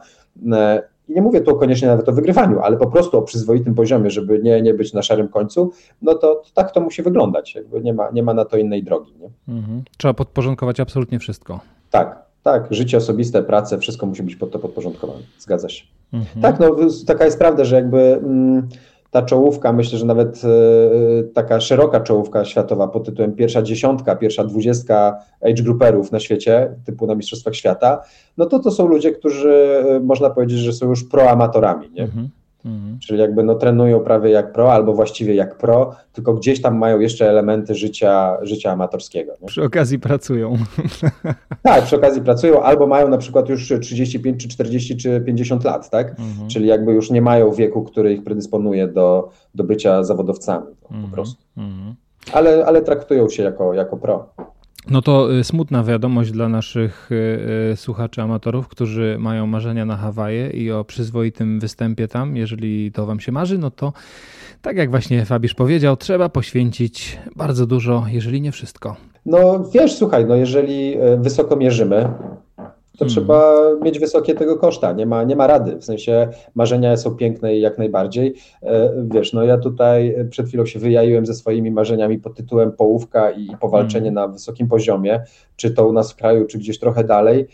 Speaker 2: i nie mówię tu koniecznie nawet o wygrywaniu, ale po prostu o przyzwoitym poziomie, żeby nie, nie być na szarym końcu, no to, to tak to musi wyglądać. Jakby nie ma, nie ma na to innej drogi, nie?
Speaker 3: Mhm. Trzeba podporządkować absolutnie wszystko.
Speaker 2: Tak. Tak, życie osobiste, pracę, wszystko musi być pod to podporządkowane. Zgadza się. Mhm. Tak, no taka jest prawda, że jakby mm, ta czołówka, myślę, że nawet y, taka szeroka czołówka światowa pod tytułem pierwsza dziesiątka, pierwsza dwudziestka age grouperów na świecie, typu na Mistrzostwach Świata, no to to są ludzie, którzy y, można powiedzieć, że są już proamatorami, nie? Mhm. Mhm. Czyli jakby no trenują prawie jak pro, albo właściwie jak pro, tylko gdzieś tam mają jeszcze elementy życia, życia amatorskiego. Nie?
Speaker 3: Przy okazji pracują.
Speaker 2: Tak, przy okazji pracują, albo mają na przykład już trzydzieści pięć, czy czterdzieści, czy pięćdziesiąt lat, tak? Mhm. Czyli jakby już nie mają wieku, który ich predysponuje do, do bycia zawodowcami po mhm. prostu. Mhm. Ale, ale traktują się jako, jako pro.
Speaker 3: No to smutna wiadomość dla naszych słuchaczy amatorów, którzy mają marzenia na Hawaje i o przyzwoitym występie tam. Jeżeli to wam się marzy, no to tak jak właśnie Fabisz powiedział, trzeba poświęcić bardzo dużo, jeżeli nie wszystko.
Speaker 2: No wiesz, słuchaj, no jeżeli wysoko mierzymy, to hmm. trzeba mieć wysokie tego koszta, nie ma, nie ma rady, w sensie marzenia są piękne i jak najbardziej, wiesz, no ja tutaj przed chwilą się wyjaiłem ze swoimi marzeniami pod tytułem połówka i powalczenie hmm. na wysokim poziomie, czy to u nas w kraju, czy gdzieś trochę dalej,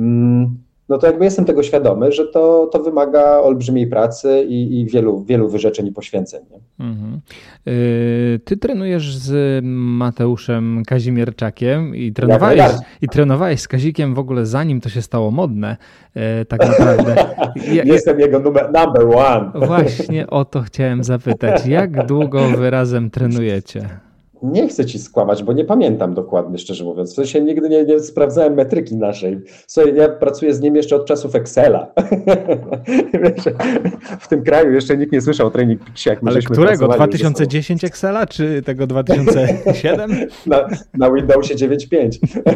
Speaker 2: no to jakby jestem tego świadomy, że to, to wymaga olbrzymiej pracy i, i wielu, wielu wyrzeczeń i poświęceń. Nie? Mhm.
Speaker 3: Ty trenujesz z Mateuszem Kazimierczakiem i trenowałeś, i trenowałeś z Kazikiem w ogóle zanim to się stało modne, tak naprawdę.
Speaker 2: Ja, Jestem jego numer, number one.
Speaker 3: Właśnie o to chciałem zapytać. Jak długo wy razem trenujecie?
Speaker 2: Nie chcę ci skłamać, bo nie pamiętam dokładnie, szczerze mówiąc. W sensie nigdy nie, nie sprawdzałem metryki naszej. Słuchaj, ja pracuję z nim jeszcze od czasów Excela. Wiesz, w tym kraju jeszcze nikt nie słyszał o Training Peaksie, jak my
Speaker 3: Ale którego? dwa tysiące dziesięć Excela, czy tego dwa tysiące siedem?
Speaker 2: na, na Windowsie dziewięć pięć.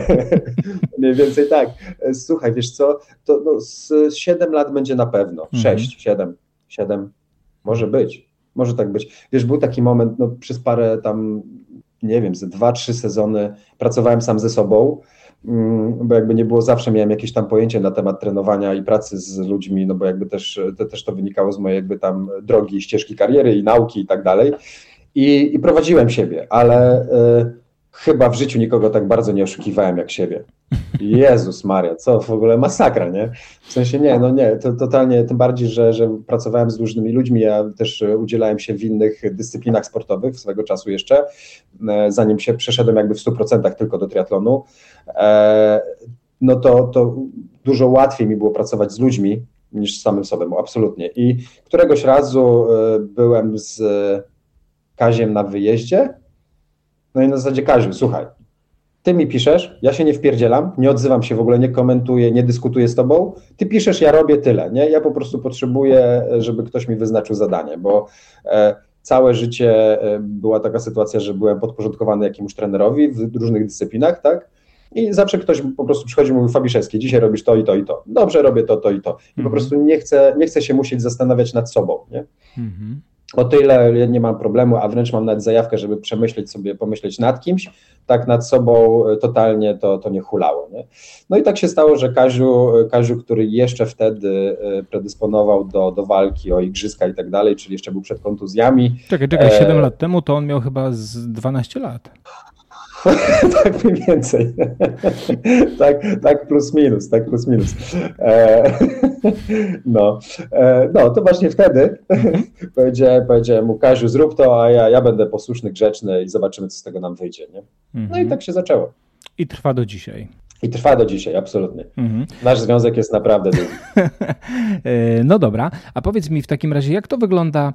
Speaker 2: Mniej więcej tak. Słuchaj, wiesz co, to no, z siedem lat będzie na pewno. sześć, siedem, siedem. Może być. Może tak być. Wiesz, był taki moment, no przez parę tam, nie wiem, ze dwa, trzy sezony pracowałem sam ze sobą, bo jakby nie było, zawsze miałem jakieś tam pojęcie na temat trenowania i pracy z ludźmi, no bo jakby też to, też to wynikało z mojej jakby tam drogi, ścieżki kariery i nauki i tak dalej. I, i prowadziłem siebie, ale y, chyba w życiu nikogo tak bardzo nie oszukiwałem jak siebie. Jezus Maria, co w ogóle masakra, nie? W sensie nie, no nie, to totalnie, tym bardziej, że, że pracowałem z różnymi ludźmi, ja też udzielałem się w innych dyscyplinach sportowych swego czasu jeszcze, zanim się przeszedłem jakby w stu procentach tylko do triatlonu, no to, to dużo łatwiej mi było pracować z ludźmi niż z samym sobą, absolutnie. I któregoś razu byłem z Kaziem na wyjeździe, no i na zasadzie Kaziu, słuchaj, ty mi piszesz, ja się nie wpierdzielam, nie odzywam się w ogóle, nie komentuję, nie dyskutuję z tobą, ty piszesz, ja robię tyle, nie? Ja po prostu potrzebuję, żeby ktoś mi wyznaczył zadanie, bo e, całe życie e, była taka sytuacja, że byłem podporządkowany jakiemuś trenerowi w różnych dyscyplinach, tak? I zawsze ktoś po prostu przychodzi i mówi, Fabiszewski, dzisiaj robisz to i to i to, dobrze, robię to, to i to. I mm-hmm. po prostu nie chcę, nie chcę się musieć zastanawiać nad sobą, nie? Mm-hmm. O tyle ja nie mam problemu, a wręcz mam nawet zajawkę, żeby przemyśleć sobie, pomyśleć nad kimś, tak nad sobą totalnie to, to nie hulało. Nie? No i tak się stało, że Kaziu, Kaziu, który jeszcze wtedy predysponował do, do walki o igrzyska i tak dalej, czyli jeszcze był przed kontuzjami.
Speaker 3: Czekaj, czekaj, siedem e... lat temu to on miał chyba z dwanaście lat.
Speaker 2: Tak mniej więcej. tak, tak plus minus, tak plus minus. E, no, e, no, to właśnie wtedy mm-hmm. powiedziałem, powiedziałem mu, Kaziu, zrób to, a ja, ja będę posłuszny, grzeczny i zobaczymy, co z tego nam wyjdzie. Nie? Mm-hmm. No i tak się zaczęło.
Speaker 3: I trwa do dzisiaj.
Speaker 2: I trwa do dzisiaj, absolutnie. Mm-hmm. Nasz związek jest naprawdę długi.
Speaker 3: No dobra, a powiedz mi w takim razie, jak to wygląda,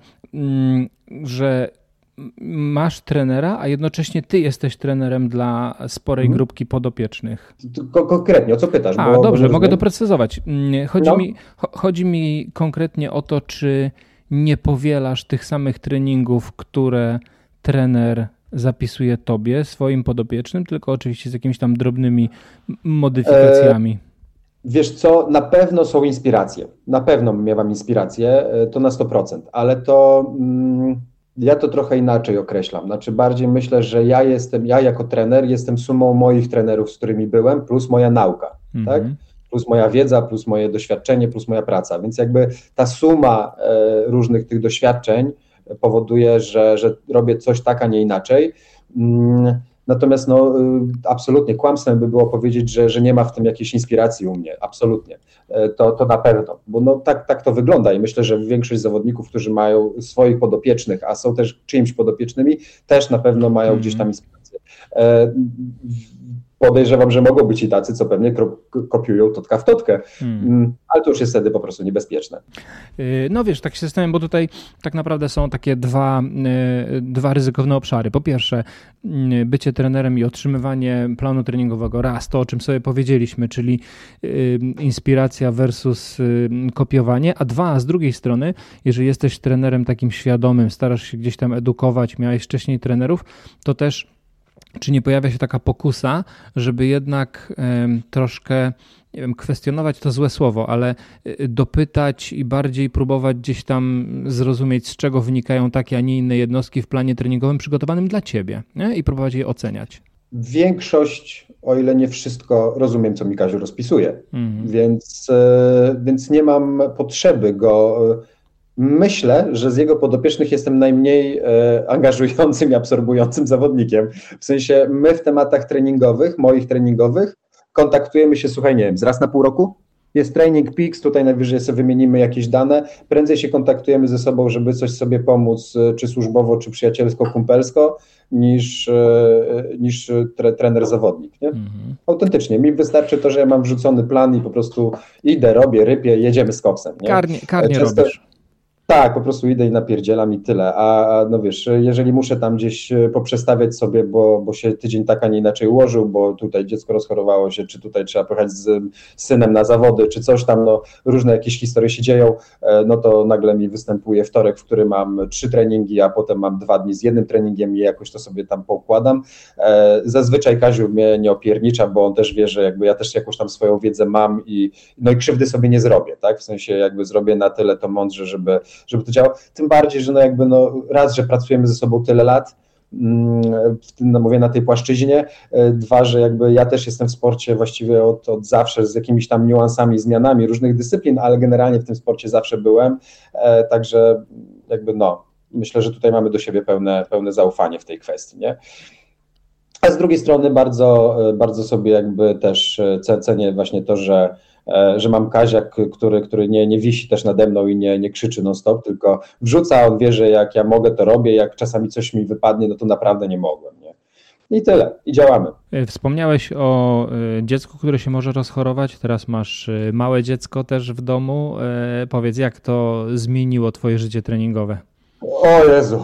Speaker 3: że masz trenera, a jednocześnie ty jesteś trenerem dla sporej hmm. grupki podopiecznych.
Speaker 2: Konkretnie, o co pytasz?
Speaker 3: A, bo, dobrze, bo mogę doprecyzować. Chodzi, no. mi, chodzi mi konkretnie o to, czy nie powielasz tych samych treningów, które trener zapisuje tobie, swoim podopiecznym, tylko oczywiście z jakimiś tam drobnymi modyfikacjami. E,
Speaker 2: wiesz co, na pewno są inspiracje. Na pewno miewam inspiracje, to na sto procent, ale to... Mm, ja to trochę inaczej określam, znaczy bardziej myślę, że ja jestem, ja jako trener jestem sumą moich trenerów, z którymi byłem, plus moja nauka, mm-hmm. tak? Plus moja wiedza, plus moje doświadczenie, plus moja praca, więc jakby ta suma e, różnych tych doświadczeń powoduje, że, że robię coś tak, a nie inaczej. Mm, natomiast no, absolutnie kłamstwem by było powiedzieć, że, że nie ma w tym jakiejś inspiracji u mnie, absolutnie. To, to na pewno, bo no tak, tak to wygląda i myślę, że większość zawodników, którzy mają swoich podopiecznych, a są też czyimiś podopiecznymi, też na pewno mają mm. gdzieś tam inspirację. podejrzewam, że mogą być i tacy, co pewnie kopiują totka w totkę, hmm. ale to już jest wtedy po prostu niebezpieczne.
Speaker 3: No wiesz, tak się zastanawiam, bo tutaj tak naprawdę są takie dwa, dwa ryzykowne obszary. Po pierwsze, bycie trenerem i otrzymywanie planu treningowego. Raz, to o czym sobie powiedzieliśmy, czyli inspiracja versus kopiowanie, a dwa, z drugiej strony, jeżeli jesteś trenerem takim świadomym, starasz się gdzieś tam edukować, miałeś wcześniej trenerów, to też czy nie pojawia się taka pokusa, żeby jednak y, troszkę, nie wiem, kwestionować to złe słowo, ale y, dopytać i bardziej próbować gdzieś tam zrozumieć, z czego wynikają takie, a nie inne jednostki w planie treningowym przygotowanym dla ciebie, nie? I próbować je oceniać.
Speaker 2: Większość, o ile nie wszystko, rozumiem, co mi Kaziu rozpisuje, mm. więc, y, więc nie mam potrzeby go... Y, Myślę, że z jego podopiecznych jestem najmniej e, angażującym i absorbującym zawodnikiem. W sensie my w tematach treningowych, moich treningowych, kontaktujemy się, słuchaj, nie wiem, z raz na pół roku? Jest Training Peaks, tutaj najwyżej sobie wymienimy jakieś dane, prędzej się kontaktujemy ze sobą, żeby coś sobie pomóc, czy służbowo, czy przyjacielsko, kumpelsko, niż, e, niż tre, trener-zawodnik. Nie? Mhm. Autentycznie, mi wystarczy to, że ja mam wrzucony plan i po prostu idę, robię, rypię, jedziemy z koksem. Nie?
Speaker 3: Karnie, karnie Często... robisz.
Speaker 2: Tak, po prostu idę i napierdzielam i tyle, a, a no wiesz, jeżeli muszę tam gdzieś poprzestawiać sobie, bo, bo się tydzień tak, a nie inaczej ułożył, bo tutaj dziecko rozchorowało się, czy tutaj trzeba pojechać z synem na zawody, czy coś tam, no różne jakieś historie się dzieją, no to nagle mi występuje wtorek, w którym mam trzy treningi, a potem mam dwa dni z jednym treningiem i jakoś to sobie tam poukładam. Zazwyczaj Kaziu mnie nie opiernicza, bo on też wie, że jakby ja też jakąś tam swoją wiedzę mam i no i krzywdy sobie nie zrobię, tak, w sensie jakby zrobię na tyle to mądrze, żeby żeby to działało, tym bardziej, że no jakby no raz, że pracujemy ze sobą tyle lat, w tym, no mówię, na tej płaszczyźnie, dwa, że jakby ja też jestem w sporcie właściwie od, od zawsze z jakimiś tam niuansami, zmianami różnych dyscyplin, ale generalnie w tym sporcie zawsze byłem, także jakby no, myślę, że tutaj mamy do siebie pełne, pełne zaufanie w tej kwestii, nie? A z drugiej strony bardzo, bardzo sobie jakby też cenię właśnie to, że że mam Kazia, który, który nie, nie wisi też nade mną i nie, nie krzyczy non stop, tylko wrzuca, on wie, że jak ja mogę, to robię, jak czasami coś mi wypadnie, no to naprawdę nie mogłem. Nie? I tyle, i działamy.
Speaker 3: Wspomniałeś o dziecku, które się może rozchorować, teraz masz małe dziecko też w domu. Powiedz, jak to zmieniło twoje życie treningowe?
Speaker 2: O Jezu.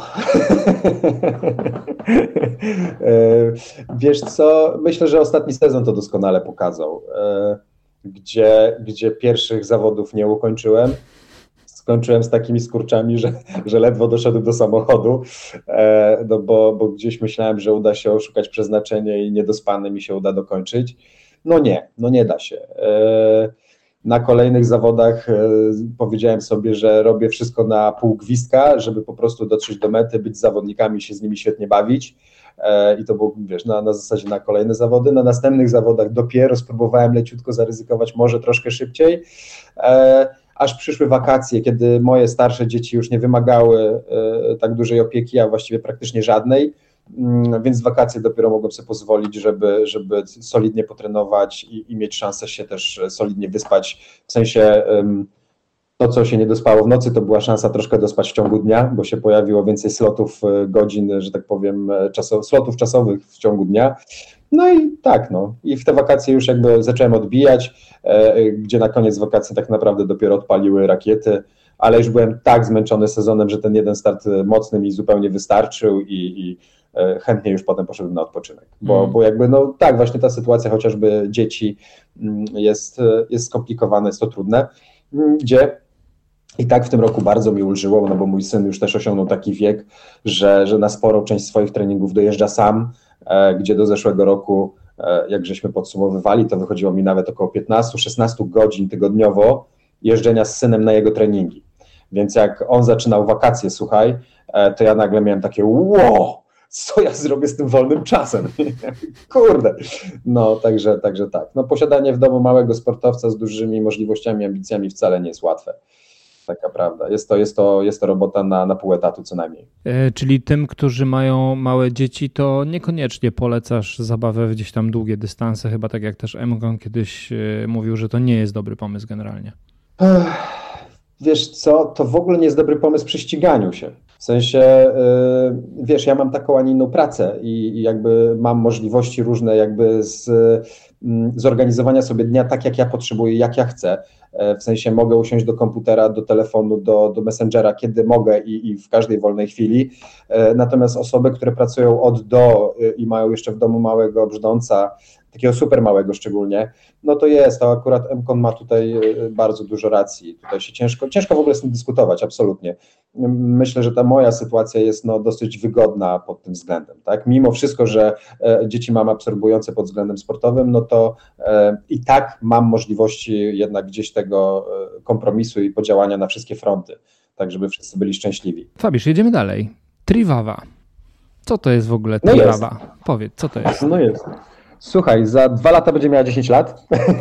Speaker 2: Wiesz co, myślę, że ostatni sezon to doskonale pokazał. Gdzie, gdzie pierwszych zawodów nie ukończyłem. Skończyłem z takimi skurczami, że, że ledwo doszedłem do samochodu, e, no bo, bo gdzieś myślałem, że uda się oszukać przeznaczenie i niedospany mi się uda dokończyć. No nie, no nie da się. E, na kolejnych zawodach e, powiedziałem sobie, że robię wszystko na pół gwizdka, żeby po prostu dotrzeć do mety, być z zawodnikami, się z nimi świetnie bawić. I to było, wiesz, na, na zasadzie na kolejne zawody. Na następnych zawodach dopiero spróbowałem leciutko zaryzykować, może troszkę szybciej, e, aż przyszły wakacje, kiedy moje starsze dzieci już nie wymagały e, tak dużej opieki, a właściwie praktycznie żadnej, mm, więc w wakacje dopiero mogłem sobie pozwolić, żeby, żeby solidnie potrenować i, i mieć szansę się też solidnie wyspać, w sensie um, to, co się nie dospało w nocy, to była szansa troszkę dospać w ciągu dnia, bo się pojawiło więcej slotów, godzin, że tak powiem, czaso, slotów czasowych w ciągu dnia. No i tak, no. I w te wakacje już jakby zacząłem odbijać, e, gdzie na koniec wakacji tak naprawdę dopiero odpaliły rakiety, ale już byłem tak zmęczony sezonem, że ten jeden start mocny mi zupełnie wystarczył i, i e, chętnie już potem poszedłem na odpoczynek. Bo, mm. bo jakby, no tak, właśnie ta sytuacja chociażby dzieci jest, jest skomplikowana, jest to trudne, gdzie i tak w tym roku bardzo mi ulżyło, no bo mój syn już też osiągnął taki wiek, że, że na sporą część swoich treningów dojeżdża sam, e, gdzie do zeszłego roku, e, jak żeśmy podsumowywali, to wychodziło mi nawet około piętnaście szesnaście godzin tygodniowo jeżdżenia z synem na jego treningi. Więc jak on zaczynał wakacje, słuchaj, e, to ja nagle miałem takie wow, co ja zrobię z tym wolnym czasem? Kurde. No, także, także tak. No, posiadanie w domu małego sportowca z dużymi możliwościami, ambicjami wcale nie jest łatwe. Taka prawda. Jest to, jest to, jest to robota na, na pół etatu co najmniej.
Speaker 3: E, czyli tym, którzy mają małe dzieci, to niekoniecznie polecasz zabawę w gdzieś tam długie dystanse, chyba tak jak też Emgon kiedyś e, mówił, że to nie jest dobry pomysł generalnie.
Speaker 2: Ech, wiesz co, to w ogóle nie jest dobry pomysł przy ściganiu się. W sensie, wiesz, ja mam taką, a nie inną pracę i, i jakby mam możliwości różne jakby z, zorganizowania sobie dnia tak, jak ja potrzebuję, jak ja chcę. W sensie mogę usiąść do komputera, do telefonu, do, do Messengera, kiedy mogę i, i w każdej wolnej chwili. Natomiast osoby, które pracują od do i mają jeszcze w domu małego brzdąca, takiego super małego szczególnie, no to jest, to akurat M-Kon ma tutaj bardzo dużo racji. Tutaj się ciężko, ciężko w ogóle z tym dyskutować, absolutnie. Myślę, że ta moja sytuacja jest no, dosyć wygodna pod tym względem, tak? Mimo wszystko, że e, dzieci mam absorbujące pod względem sportowym, no to e, i tak mam możliwości jednak gdzieś tego e, kompromisu i podziałania na wszystkie fronty, tak żeby wszyscy byli szczęśliwi.
Speaker 3: Fabiusz, jedziemy dalej. Trivawa. Co to jest w ogóle Trivawa? No powiedz, co to jest?
Speaker 2: No jest. Słuchaj, za dwa lata będzie miała dziesięć lat.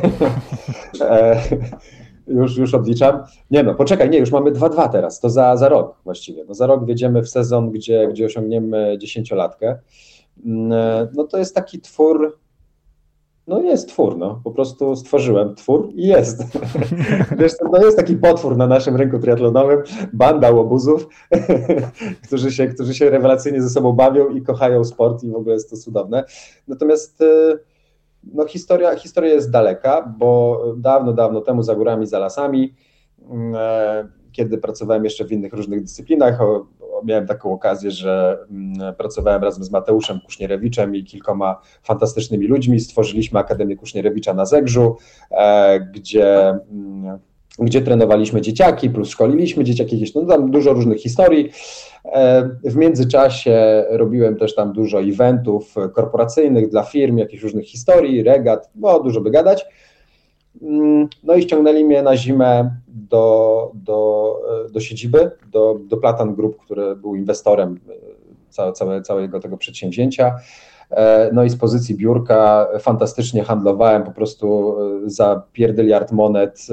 Speaker 2: e, już, już odliczam. Nie no, poczekaj, nie, już mamy dwa dwa teraz, to za, za rok właściwie. No za rok wjedziemy w sezon, gdzie, gdzie osiągniemy dziesięciolatkę. No to jest taki twór, no jest twór, no po prostu stworzyłem twór i jest. Wiesz, to jest taki potwór na naszym rynku triatlonowym, banda łobuzów, którzy się, którzy się rewelacyjnie ze sobą bawią i kochają sport i w ogóle jest to cudowne. Natomiast no, historia, historia jest daleka, bo dawno, dawno temu za górami, za lasami, kiedy pracowałem jeszcze w innych różnych dyscyplinach, miałem taką okazję, że pracowałem razem z Mateuszem Kusznierewiczem i kilkoma fantastycznymi ludźmi. Stworzyliśmy Akademię Kuszniewicza na Zegrzu, gdzie, gdzie trenowaliśmy dzieciaki, plus szkoliliśmy dzieciaki, no tam dużo różnych historii. W międzyczasie robiłem też tam dużo eventów korporacyjnych dla firm, jakichś różnych historii, regat, bo dużo by gadać. No i ściągnęli mnie na zimę do, do, do siedziby, do, do Platan Group, który był inwestorem całe, całe, całego tego przedsięwzięcia. No i z pozycji biurka fantastycznie handlowałem po prostu za pierdyliard monet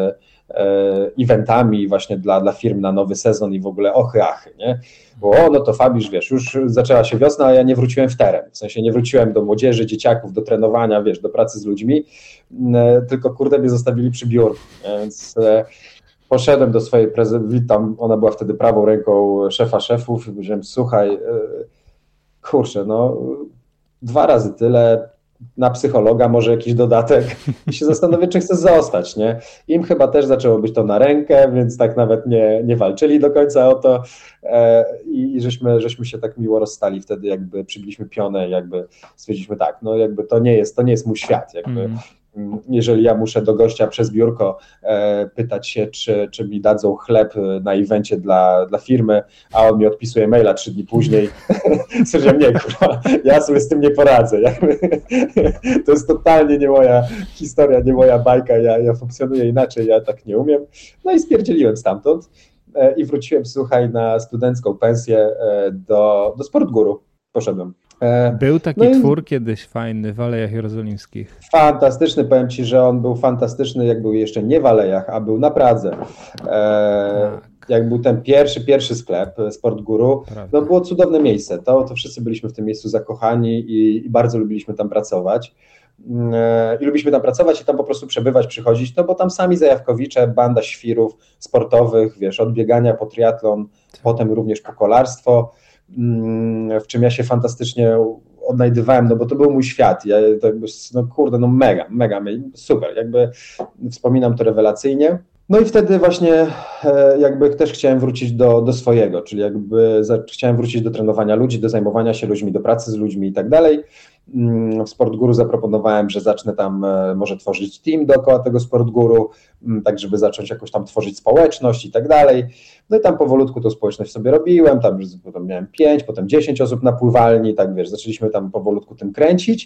Speaker 2: eventami właśnie dla, dla firm na nowy sezon i w ogóle ochy, achy, nie? Bo o, no to Fabiusz, wiesz, już zaczęła się wiosna, a ja nie wróciłem w teren, w sensie nie wróciłem do młodzieży, dzieciaków, do trenowania, wiesz, do pracy z ludźmi, tylko kurde mnie zostawili przy biurku, więc poszedłem do swojej prezes, tam ona była wtedy prawą ręką szefa szefów i powiedziałem, słuchaj, kurczę, no dwa razy tyle, na psychologa może jakiś dodatek i się zastanowię, czy chcę zostać, nie? Im chyba też zaczęło być to na rękę, więc tak nawet nie, nie walczyli do końca o to e, i, i żeśmy, żeśmy się tak miło rozstali wtedy, jakby przybiliśmy pionę, jakby stwierdziliśmy tak, no jakby to nie jest, to nie jest mój świat, jakby mm. jeżeli ja muszę do gościa przez biurko e, pytać się, czy, czy mi dadzą chleb na evencie dla, dla firmy, a on mi odpisuje maila trzy dni później, stwierdziłem, nie kurwa, ja sobie z tym nie poradzę. Jakby, to jest totalnie nie moja historia, nie moja bajka, ja, ja funkcjonuję inaczej, ja tak nie umiem. No i spierdzieliłem stamtąd e, i wróciłem, słuchaj, na studencką pensję e, do, do Sport Guru. Poszedłem.
Speaker 3: Był taki no twór kiedyś fajny w Alejach Jerozolimskich.
Speaker 2: Fantastyczny, powiem Ci, że on był fantastyczny, jak był jeszcze nie w Alejach, a był na Pradze. E, tak. Jak był ten pierwszy, pierwszy sklep, Sport Guru, no było cudowne miejsce. To, to wszyscy byliśmy w tym miejscu zakochani i, i bardzo lubiliśmy tam pracować. E, I lubiliśmy tam pracować i tam po prostu przebywać, przychodzić, no bo tam sami zajawkowicze, banda świrów sportowych, wiesz, od biegania po triatlon, tak. Potem również po kolarstwo, w czym ja się fantastycznie odnajdywałem, no bo to był mój świat, ja, to, no kurde, no mega, mega, super, jakby wspominam to rewelacyjnie. No i wtedy właśnie jakby też chciałem wrócić do, do swojego, czyli jakby za, chciałem wrócić do trenowania ludzi, do zajmowania się ludźmi, do pracy z ludźmi i tak dalej. W Sport Guru zaproponowałem, że zacznę tam może tworzyć team dookoła tego Sport Guru, tak żeby zacząć jakoś tam tworzyć społeczność i tak dalej. No i tam powolutku tą społeczność sobie robiłem, tam potem miałem pięć, potem dziesięć osób na pływalni, tak wiesz, zaczęliśmy tam powolutku tym kręcić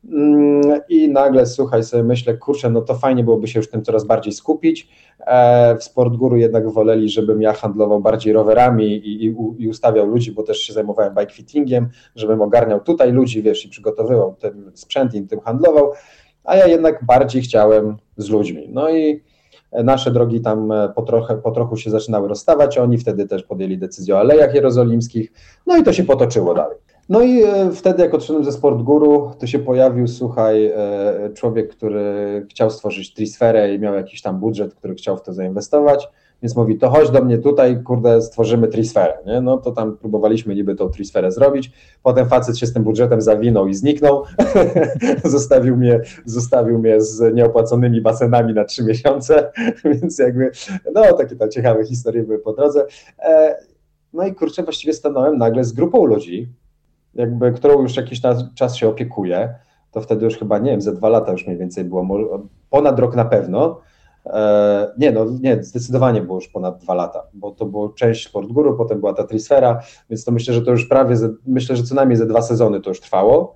Speaker 2: i nagle, słuchaj, sobie myślę, kurczę, no to fajnie byłoby się już tym coraz bardziej skupić. W Sport Guru jednak woleli, żebym ja handlował bardziej rowerami i, i, i ustawiał ludzi, bo też się zajmowałem bike fittingiem, żebym ogarniał tutaj ludzi, wiesz, i przygotowywał ten sprzęt i tym handlował, a ja jednak bardziej chciałem z ludźmi. No i nasze drogi tam po, trochę, po trochu się zaczynały rozstawać, oni wtedy też podjęli decyzję o Alejach Jerozolimskich, no i to się potoczyło dalej. No i wtedy, jak odszedłem ze Sport Guru, to się pojawił, słuchaj, człowiek, który chciał stworzyć Trisferę i miał jakiś tam budżet, który chciał w to zainwestować. Więc mówi, to chodź do mnie tutaj, kurde, stworzymy trisferę, nie? No to tam próbowaliśmy niby tą trisferę zrobić, potem facet się z tym budżetem zawinął i zniknął, zostawił mnie, zostawił mnie z nieopłaconymi basenami na trzy miesiące, więc jakby, no takie tam ciekawe historie były po drodze. No i kurczę, właściwie stanąłem nagle z grupą ludzi, jakby, którą już jakiś czas się opiekuję, to wtedy już chyba, nie wiem, ze dwa lata już mniej więcej było, ponad rok na pewno. Nie, no nie, zdecydowanie było już ponad dwa lata, bo to było część Sport Guru, potem była ta trisfera, więc to myślę, że to już prawie, ze, myślę, że co najmniej ze dwa sezony to już trwało.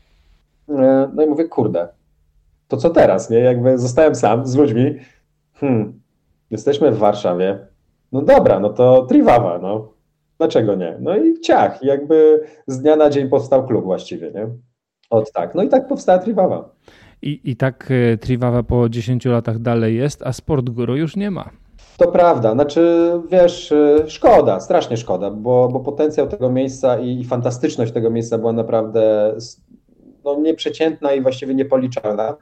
Speaker 2: No i mówię, kurde, to co teraz, nie? Jakby zostałem sam z ludźmi, hmm, jesteśmy w Warszawie, no dobra, no to Trivawa, no, dlaczego nie? No i ciach, jakby z dnia na dzień powstał klub właściwie, nie? Od tak, no i tak powstała Trivawa.
Speaker 3: I, I tak Trivawa po dziesięciu latach dalej jest, a Sport Guru już nie ma.
Speaker 2: To prawda, znaczy wiesz, szkoda, strasznie szkoda, bo, bo potencjał tego miejsca i, i fantastyczność tego miejsca była naprawdę no, nieprzeciętna i właściwie niepoliczalna.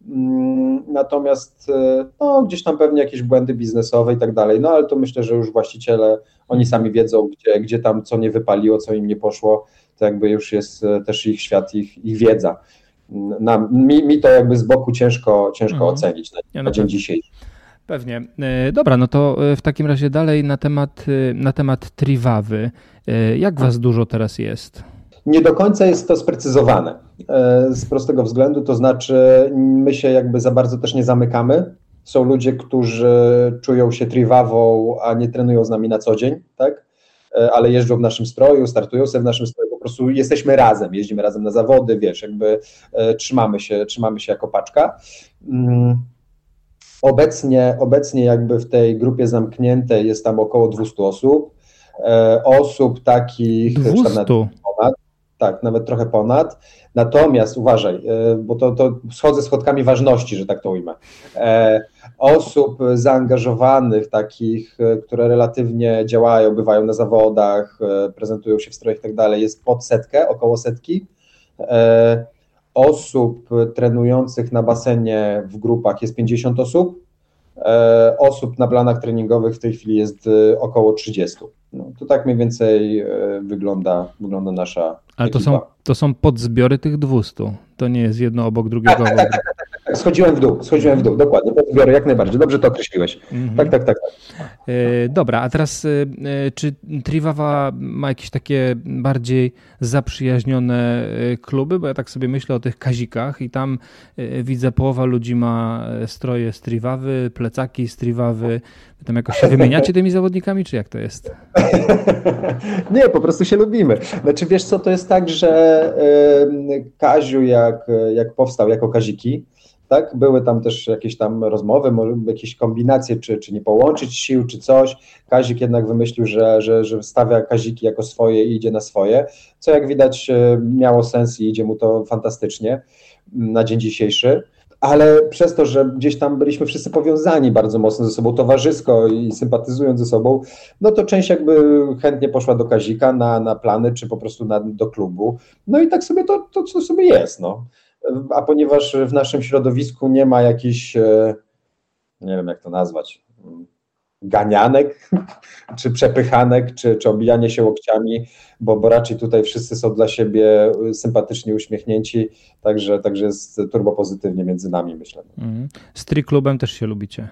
Speaker 2: Natomiast no, gdzieś tam pewnie jakieś błędy biznesowe i tak dalej, no ale to myślę, że już właściciele, oni sami wiedzą, gdzie, gdzie tam co nie wypaliło, co im nie poszło, to jakby już jest też ich świat, ich, ich wiedza. Na, mi, mi to jakby z boku ciężko, ciężko mhm. ocenić na, ja na dzień dzisiejszy.
Speaker 3: Pewnie. Dobra, no to w takim razie dalej na temat, na temat Trivawy. Jak was dużo teraz jest?
Speaker 2: Nie do końca jest to sprecyzowane z prostego względu, to znaczy my się jakby za bardzo też nie zamykamy. Są ludzie, którzy czują się Trivawą, a nie trenują z nami na co dzień, tak? Ale jeżdżą w naszym stroju, startują sobie w naszym stroju, po prostu jesteśmy razem, jeździmy razem na zawody, wiesz, jakby e, trzymamy się, trzymamy się jako paczka. Mm. Obecnie, obecnie jakby w tej grupie zamkniętej jest tam około dwieście osób, e, osób takich...
Speaker 3: dwieście?
Speaker 2: Ponad, tak, nawet trochę ponad, natomiast uważaj, e, bo to, to schodzę schodkami ważności, że tak to ujmę, e, osób zaangażowanych, takich, które relatywnie działają, bywają na zawodach, prezentują się w strojach i tak dalej, jest pod setkę, około setki. Osób trenujących na basenie w grupach jest pięćdziesiąt osób. Osób na planach treningowych w tej chwili jest około trzydzieści. No, to tak mniej więcej wygląda, wygląda nasza
Speaker 3: Ale to
Speaker 2: ekipa.
Speaker 3: są, to są podzbiory tych dwustu. To nie jest jedno obok drugiego.
Speaker 2: Tak, tak, tak, tak, tak. Schodziłem w dół, schodziłem w dół, dokładnie. Podzbiory jak najbardziej. Dobrze to określiłeś. Mhm. Tak, tak, tak. tak.
Speaker 3: Yy, dobra, a teraz yy, czy Trivawa ma jakieś takie bardziej zaprzyjaźnione kluby? Bo ja tak sobie myślę o tych Kazikach i tam yy, widzę, połowa ludzi ma stroje z Trivawy, plecaki z Trivawy. Wy tam jakoś się wymieniacie tymi zawodnikami, czy jak to jest?
Speaker 2: Nie, po prostu się lubimy. Znaczy wiesz co, to jest tak, że yy, Kaziu jak, jak powstał jako Kaziki, tak, były tam też jakieś tam rozmowy, jakieś kombinacje, czy, czy nie połączyć sił, czy coś. Kazik jednak wymyślił, że, że, że stawia Kaziki jako swoje i idzie na swoje, co jak widać miało sens i idzie mu to fantastycznie na dzień dzisiejszy. Ale przez to, że gdzieś tam byliśmy wszyscy powiązani bardzo mocno ze sobą, towarzysko i sympatyzując ze sobą, no to część jakby chętnie poszła do Kazika na, na plany, czy po prostu na, do klubu. No i tak sobie to, to co sobie jest, no. A ponieważ w naszym środowisku nie ma jakichś, nie wiem jak to nazwać, ganianek, czy przepychanek, czy, czy obijanie się łokciami, bo, bo raczej tutaj wszyscy są dla siebie sympatycznie uśmiechnięci, także, także jest turbo pozytywnie między nami, myślę.
Speaker 3: Mm. Z Triklubem też się lubicie.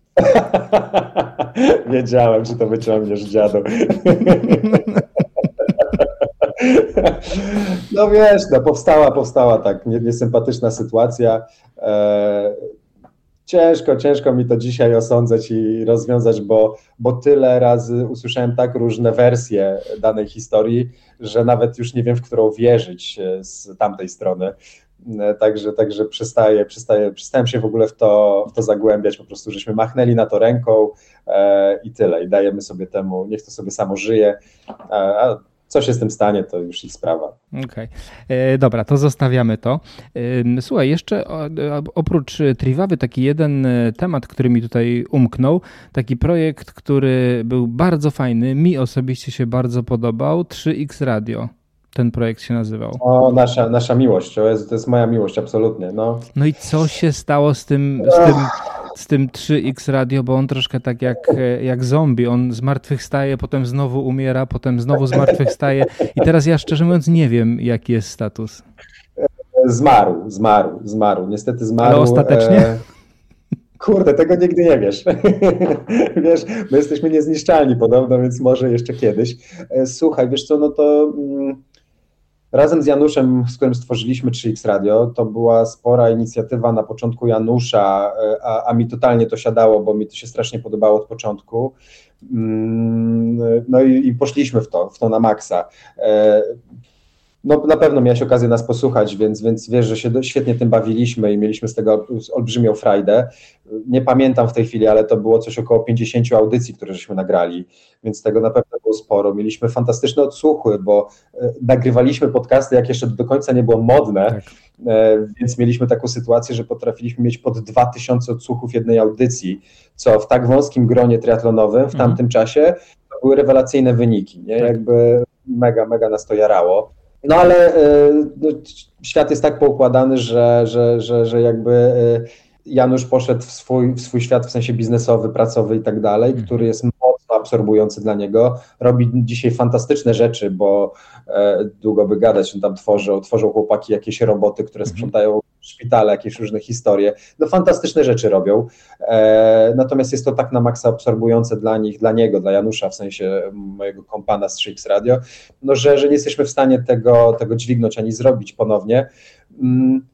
Speaker 2: Wiedziałem, że to wyciągniesz, dziadu. No wiesz, no, powstała, powstała tak niesympatyczna sytuacja. E, ciężko, ciężko mi to dzisiaj osądzać i rozwiązać, bo, bo tyle razy usłyszałem tak różne wersje danej historii, że nawet już nie wiem, w którą wierzyć z tamtej strony. Także, także przestaję, przestaję, przestałem się w ogóle w to, w to zagłębiać, po prostu żeśmy machnęli na to ręką e, i tyle. I dajemy sobie temu, niech to sobie samo żyje. A, co się z tym stanie, to już ich sprawa.
Speaker 3: Okej, okay. Dobra, to zostawiamy to. Słuchaj, jeszcze oprócz Trivawy taki jeden temat, który mi tutaj umknął, taki projekt, który był bardzo fajny, mi osobiście się bardzo podobał, trzy X Radio. Ten projekt się nazywał.
Speaker 2: O, nasza, nasza miłość, to jest, to jest moja miłość, absolutnie. No,
Speaker 3: no i co się stało z tym, z tym z tym trzy X Radio, bo on troszkę tak jak, jak zombie, on zmartwychwstaje, potem znowu umiera, potem znowu zmartwychwstaje i teraz ja szczerze mówiąc nie wiem, jaki jest status.
Speaker 2: Zmarł, zmarł, zmarł, niestety zmarł.
Speaker 3: Ale ostatecznie?
Speaker 2: E... Kurde, tego nigdy nie wiesz. Wiesz, my jesteśmy niezniszczalni podobno, więc może jeszcze kiedyś. Słuchaj, wiesz co, no to mm, razem z Januszem, z którym stworzyliśmy trzy X Radio, to była spora inicjatywa na początku Janusza, a, a mi totalnie to siadało, bo mi to się strasznie podobało od początku. No i, i poszliśmy w to, w to na maksa. No na pewno miałeś okazję nas posłuchać, więc, więc wiesz, że się do, świetnie tym bawiliśmy i mieliśmy z tego olbrzymią frajdę. Nie pamiętam w tej chwili, ale to było coś około pięćdziesiąt audycji, które żeśmy nagrali, więc tego na pewno było sporo. Mieliśmy fantastyczne odsłuchy, bo e, nagrywaliśmy podcasty, jak jeszcze do końca nie było modne, tak. e, więc mieliśmy taką sytuację, że potrafiliśmy mieć pod dwa tysiące odsłuchów jednej audycji, co w tak wąskim gronie triatlonowym w mhm. tamtym czasie to były rewelacyjne wyniki, nie? Tak. Jakby mega, mega nas to jarało. No ale no, świat jest tak poukładany, że, że, że, że jakby Janusz poszedł w swój, w swój świat w sensie biznesowy, pracowy i tak dalej, mm. który jest mocno absorbujący dla niego. Robi dzisiaj fantastyczne rzeczy, bo e, długo by gadać, on tam tworzą, tworzą chłopaki jakieś roboty, które mm. sprzątają szpitale, jakieś różne historie. No fantastyczne rzeczy robią. E, natomiast jest to tak na maksa absorbujące dla nich, dla niego, dla Janusza, w sensie mojego kompana z trzy X Radio, no, że, że nie jesteśmy w stanie tego, tego dźwignąć ani zrobić ponownie. Mm.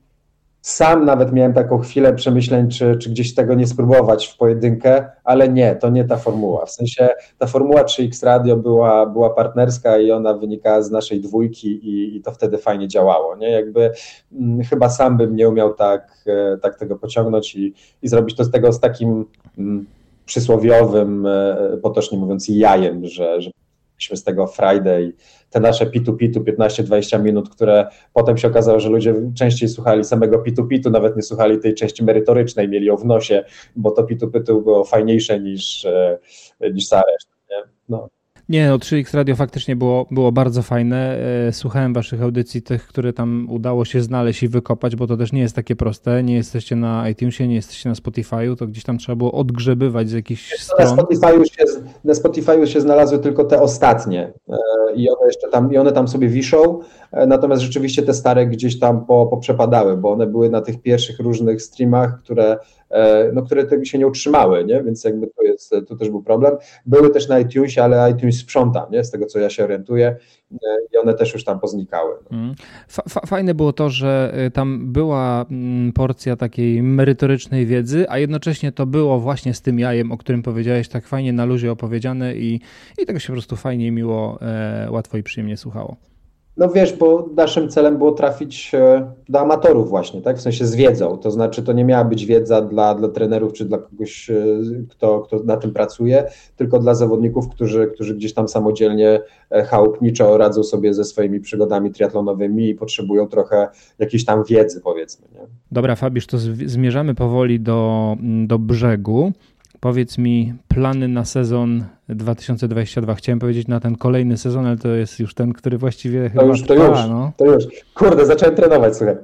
Speaker 2: Sam nawet miałem taką chwilę przemyśleń, czy, czy gdzieś tego nie spróbować w pojedynkę, ale nie, to nie ta formuła. W sensie ta formuła trzy X Radio była, była partnerska i ona wynikała z naszej dwójki i, i to wtedy fajnie działało. Nie? Jakby m, chyba sam bym nie umiał tak, tak tego pociągnąć i, i zrobić to z tego z takim m, przysłowiowym, potocznie mówiąc, jajem, że, że mieliśmy z tego frajdę i te nasze pitu-pitu piętnaście dwadzieścia minut, które potem się okazało, że ludzie częściej słuchali samego pitu-pitu, nawet nie słuchali tej części merytorycznej, mieli ją w nosie, bo to pitu-pitu było fajniejsze niż, niż cała reszta. Nie? No.
Speaker 3: Nie, no trzy X Radio faktycznie było, było bardzo fajne. Słuchałem waszych audycji, tych, które tam udało się znaleźć i wykopać, bo to też nie jest takie proste. Nie jesteście na iTunesie, nie jesteście na Spotify'u, to gdzieś tam trzeba było odgrzebywać z jakichś stron.
Speaker 2: Na Spotify'u się, na Spotify'u się znalazły tylko te ostatnie i one jeszcze tam, i one tam sobie wiszą, natomiast rzeczywiście te stare gdzieś tam po, poprzepadały, bo one były na tych pierwszych różnych streamach, które no, które tego się nie utrzymały, nie? Więc jakby to jest, to też był problem. Były też na iTunesie, ale iTunes sprząta, nie? Z tego co ja się orientuję i one też już tam poznikały. No.
Speaker 3: Fajne było to, że tam była porcja takiej merytorycznej wiedzy, a jednocześnie to było właśnie z tym jajem, o którym powiedziałeś, tak fajnie na luzie opowiedziane i, i tego się po prostu fajnie, miło, e, łatwo i przyjemnie słuchało.
Speaker 2: No wiesz, bo naszym celem było trafić do amatorów właśnie, tak? W sensie z wiedzą, to znaczy to nie miała być wiedza dla, dla trenerów czy dla kogoś, kto, kto na tym pracuje, tylko dla zawodników, którzy, którzy gdzieś tam samodzielnie chałupniczo radzą sobie ze swoimi przygodami triatlonowymi i potrzebują trochę jakiejś tam wiedzy, powiedzmy. Nie?
Speaker 3: Dobra, Fabiusz, to zmierzamy powoli do, do brzegu. Powiedz mi plany na sezon dwa tysiące dwudziesty drugi. Chciałem powiedzieć na ten kolejny sezon, ale to jest już ten, który właściwie
Speaker 2: to
Speaker 3: chyba
Speaker 2: już,
Speaker 3: trwa.
Speaker 2: To już,
Speaker 3: no.
Speaker 2: to już. Kurde, zacząłem trenować, słuchaj.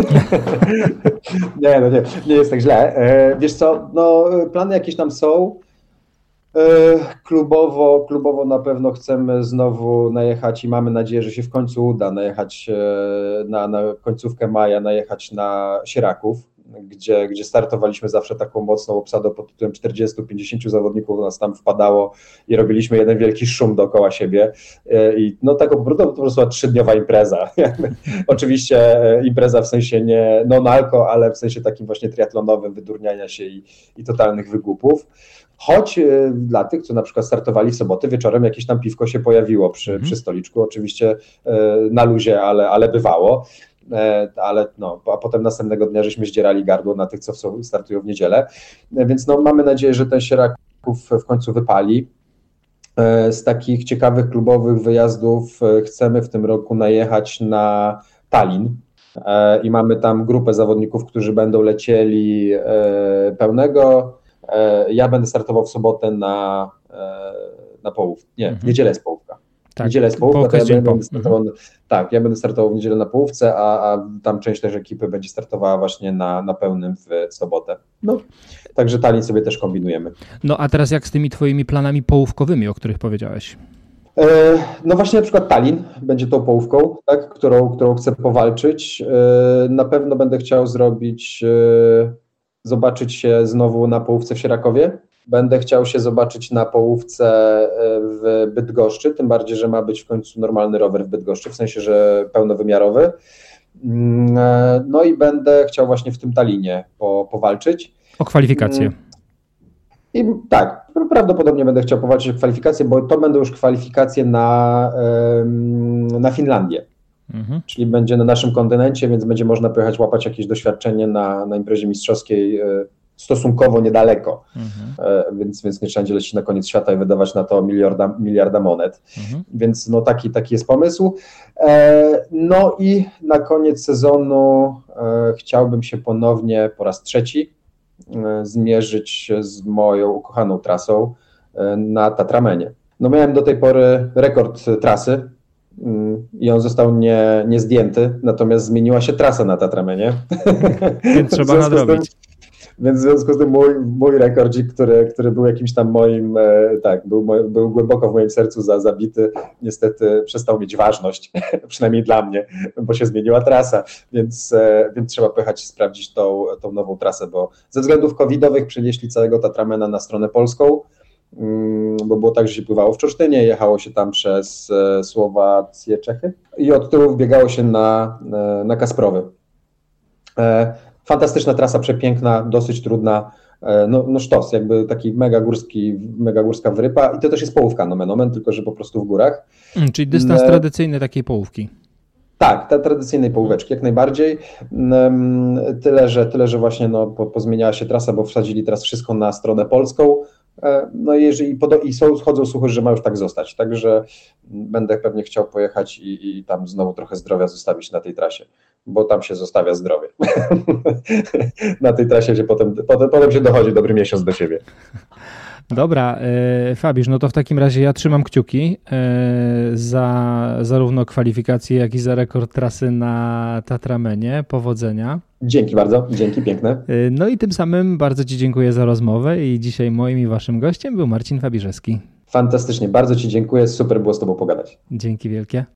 Speaker 2: nie, no nie, nie jest tak źle. Wiesz co, no plany jakieś tam są. Klubowo, klubowo na pewno chcemy znowu najechać i mamy nadzieję, że się w końcu uda najechać na, na końcówkę maja, najechać na Sieraków, gdzie, gdzie startowaliśmy zawsze taką mocną obsadą pod tytułem czterdziestu pięćdziesięciu zawodników, nas tam wpadało i robiliśmy jeden wielki szum dookoła siebie i no taką to po prostu była trzydniowa impreza. Oczywiście impreza w sensie nie non-alko, ale w sensie takim właśnie triatlonowym, wydurniania się i, i totalnych wygłupów. Choć y, dla tych, co na przykład startowali w sobotę, wieczorem jakieś tam piwko się pojawiło przy, mm. przy stoliczku, oczywiście y, na luzie, ale, ale bywało, y, ale no, a potem następnego dnia żeśmy zdzierali gardło na tych, co w, startują w niedzielę, y, więc no, mamy nadzieję, że ten Sieraków w końcu wypali. Y, z takich ciekawych klubowych wyjazdów y, chcemy w tym roku najechać na Tallin. Y, I mamy tam grupę zawodników, którzy będą lecieli y, pełnego. Ja będę startował w sobotę na, na połówkę. Nie, w niedzielę jest połówka.
Speaker 3: Tak,
Speaker 2: niedzielę jest połówka, to ja będę
Speaker 3: po.
Speaker 2: startował, mhm. Tak, ja będę startował w niedzielę na połówce, a, a tam część też ekipy będzie startowała właśnie na, na pełnym w sobotę. No, także Tallin sobie też kombinujemy.
Speaker 3: No a teraz jak z tymi twoimi planami połówkowymi, o których powiedziałeś?
Speaker 2: No właśnie na przykład Tallin będzie tą połówką, tak, którą, którą chcę powalczyć. Na pewno będę chciał zrobić, zobaczyć się znowu na połówce w Sierakowie. Będę chciał się zobaczyć na połówce w Bydgoszczy, tym bardziej, że ma być w końcu normalny rower w Bydgoszczy, w sensie, że pełnowymiarowy. No i będę chciał właśnie w tym Tallinie po, powalczyć.
Speaker 3: O kwalifikacje.
Speaker 2: I tak, prawdopodobnie będę chciał powalczyć o kwalifikacje, bo to będą już kwalifikacje na, na Finlandię. Mhm. Czyli będzie na naszym kontynencie, więc będzie można pojechać łapać jakieś doświadczenie na, na imprezie mistrzowskiej stosunkowo niedaleko, mhm. więc, więc nie trzeba będzie lecieć na koniec świata i wydawać na to miliarda, miliarda monet. Mhm. Więc no taki, taki jest pomysł. No i na koniec sezonu chciałbym się ponownie po raz trzeci zmierzyć z moją ukochaną trasą na Tatramenie. No miałem do tej pory rekord trasy i on został nie, nie zdjęty, natomiast zmieniła się trasa na Tatramenie.
Speaker 3: Więc trzeba nadrobić.
Speaker 2: Więc w związku z tym mój, mój rekordzik, który, który był jakimś tam moim, tak, był, był głęboko w moim sercu za, zabity, niestety przestał mieć ważność, przynajmniej dla mnie, bo się zmieniła trasa, więc, więc trzeba pojechać sprawdzić tą, tą nową trasę, bo ze względów covidowych przenieśli całego Tatramena na stronę polską, bo było tak, że się pływało w Czorsztynie, jechało się tam przez Słowację, Czechy i od tyłu wbiegało się na, na Kasprowy. Fantastyczna trasa, przepiękna, dosyć trudna, no, no sztos, jakby taki mega górski, mega górska wrypa i to też jest połówka nomen omen, tylko że po prostu w górach.
Speaker 3: Hmm, czyli dystans e... tradycyjny takiej połówki.
Speaker 2: Tak, ta tradycyjnej połóweczki, jak najbardziej. Tyle, że, tyle, że właśnie no, po, pozmieniała się trasa, bo wsadzili teraz wszystko na stronę polską. No i jeżeli i są, chodzą słuchy, że ma już tak zostać, także będę pewnie chciał pojechać i, i tam znowu trochę zdrowia zostawić na tej trasie, bo tam się zostawia zdrowie. Na tej trasie się potem, potem, potem się dochodzi dobry miesiąc do siebie.
Speaker 3: Dobra, Fabisz, no to w takim razie ja trzymam kciuki za zarówno kwalifikacje, jak i za rekord trasy na Tatramenie. Powodzenia.
Speaker 2: Dzięki bardzo, dzięki, piękne.
Speaker 3: No i tym samym bardzo Ci dziękuję za rozmowę i dzisiaj moim i Waszym gościem był Marcin Fabiszewski.
Speaker 2: Fantastycznie, bardzo Ci dziękuję, super było z Tobą pogadać.
Speaker 3: Dzięki wielkie.